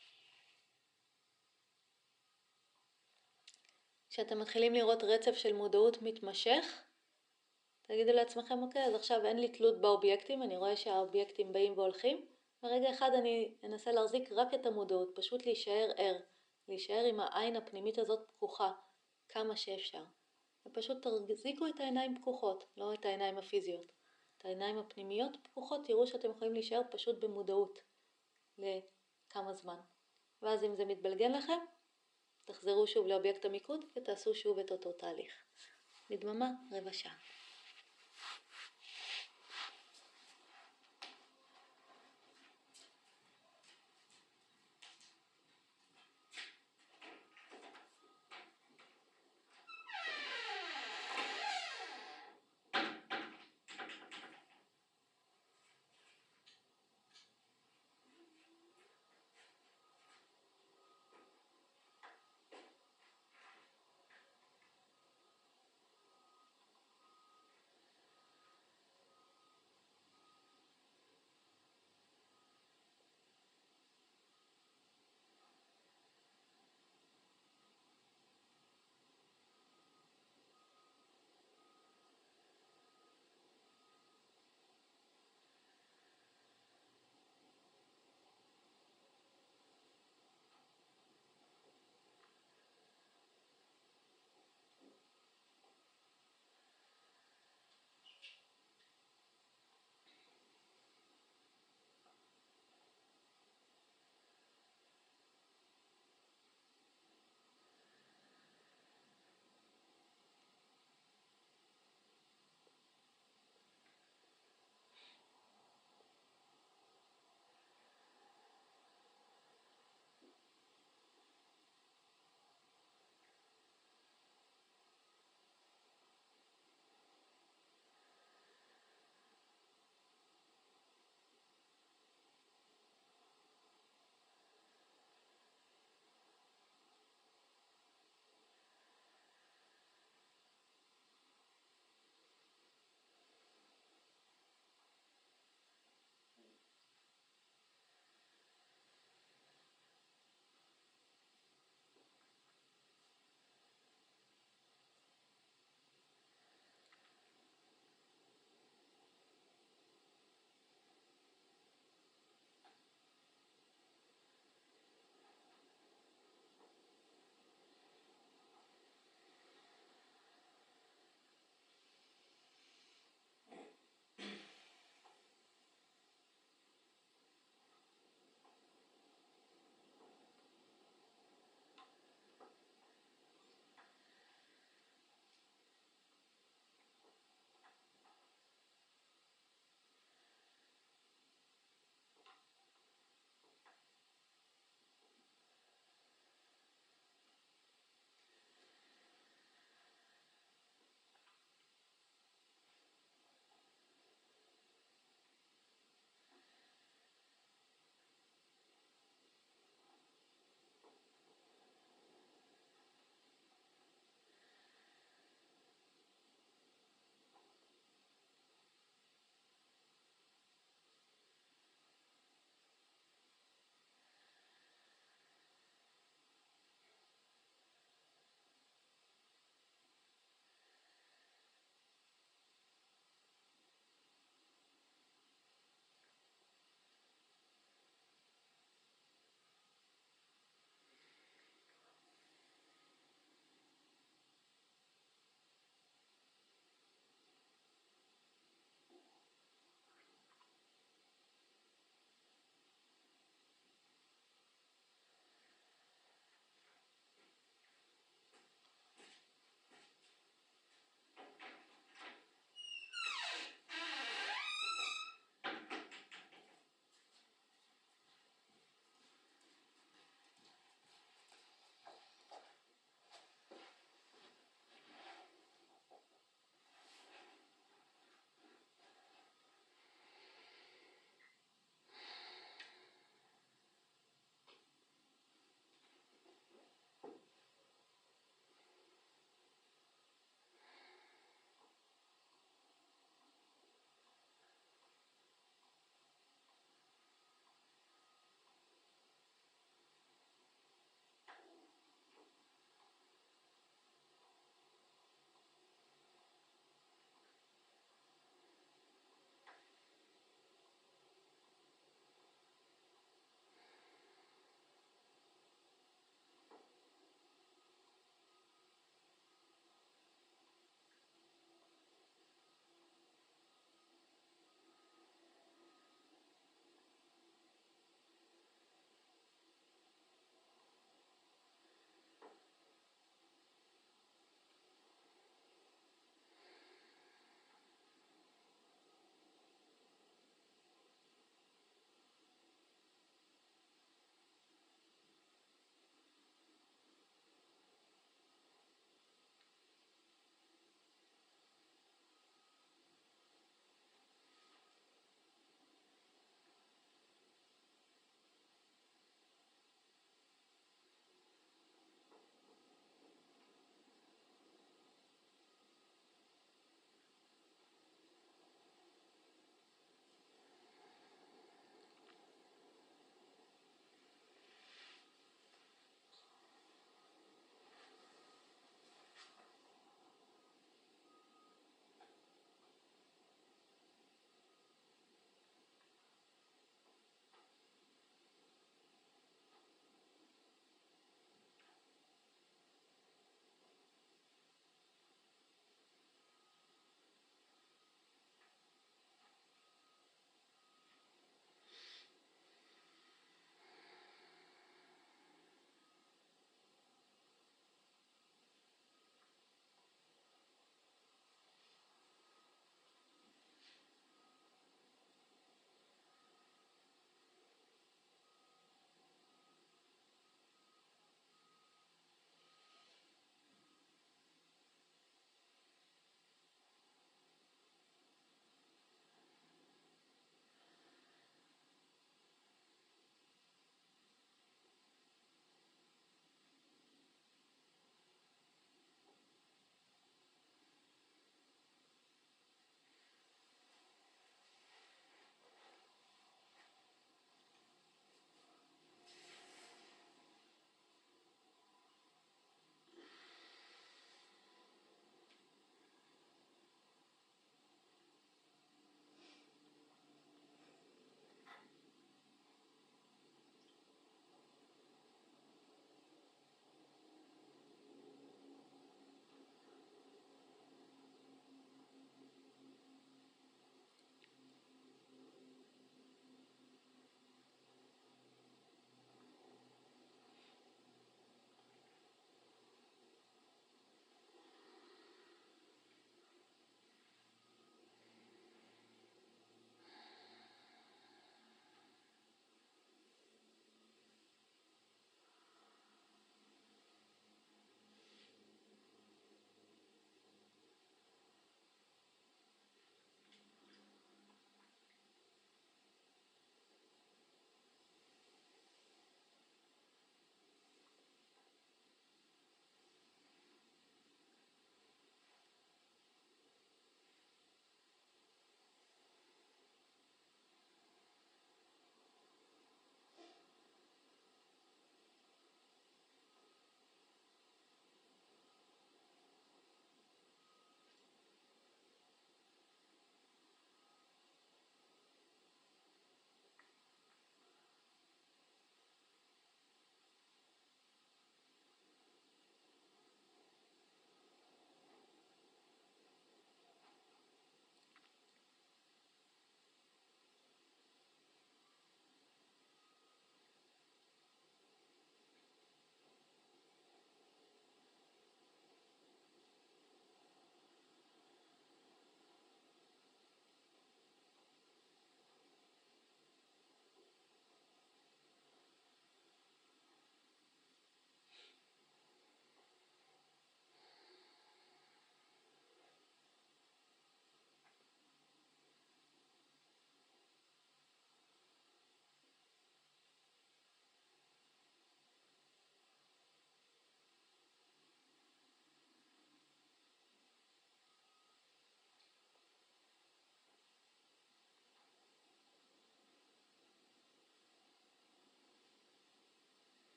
כשאתם מתחילים לראות רצף של מודעות מתמשך, תגידו לעצמכם, אוקיי, אז עכשיו אין לי תלות באובייקטים, אני רואה שהאובייקטים באים והולכים, ברגע אחד אני אנסה להחזיק רק את המודעות, פשוט להישאר ער, להישאר עם העין הפנימית הזאת פקוחה, כמה שאפשר. ופשוט תחזיקו את העיניים פקוחות, לא את העיניים הפיזיות. את העיניים הפנימיות פקוחות, תראו שאתם יכולים להישאר פשוט במודעות לכמה זמן. ואז אם זה מתבלגן לכם, תחזרו שוב לאובייקט המיקוד ותעשו שוב את אותו תהליך. בדממה רבע שעה.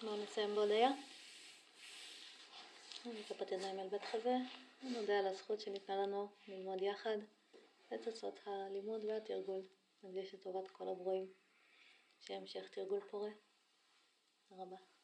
אנחנו נסיים בהודיה. נצפת ידיים אל בית חזה, ונודה על הזכות שניתנה לנו ללמוד יחד את תוצאות הלימוד והתרגול. נקדיש לטובת כל הברואים, שהמשך תרגול פורה. תודה רבה.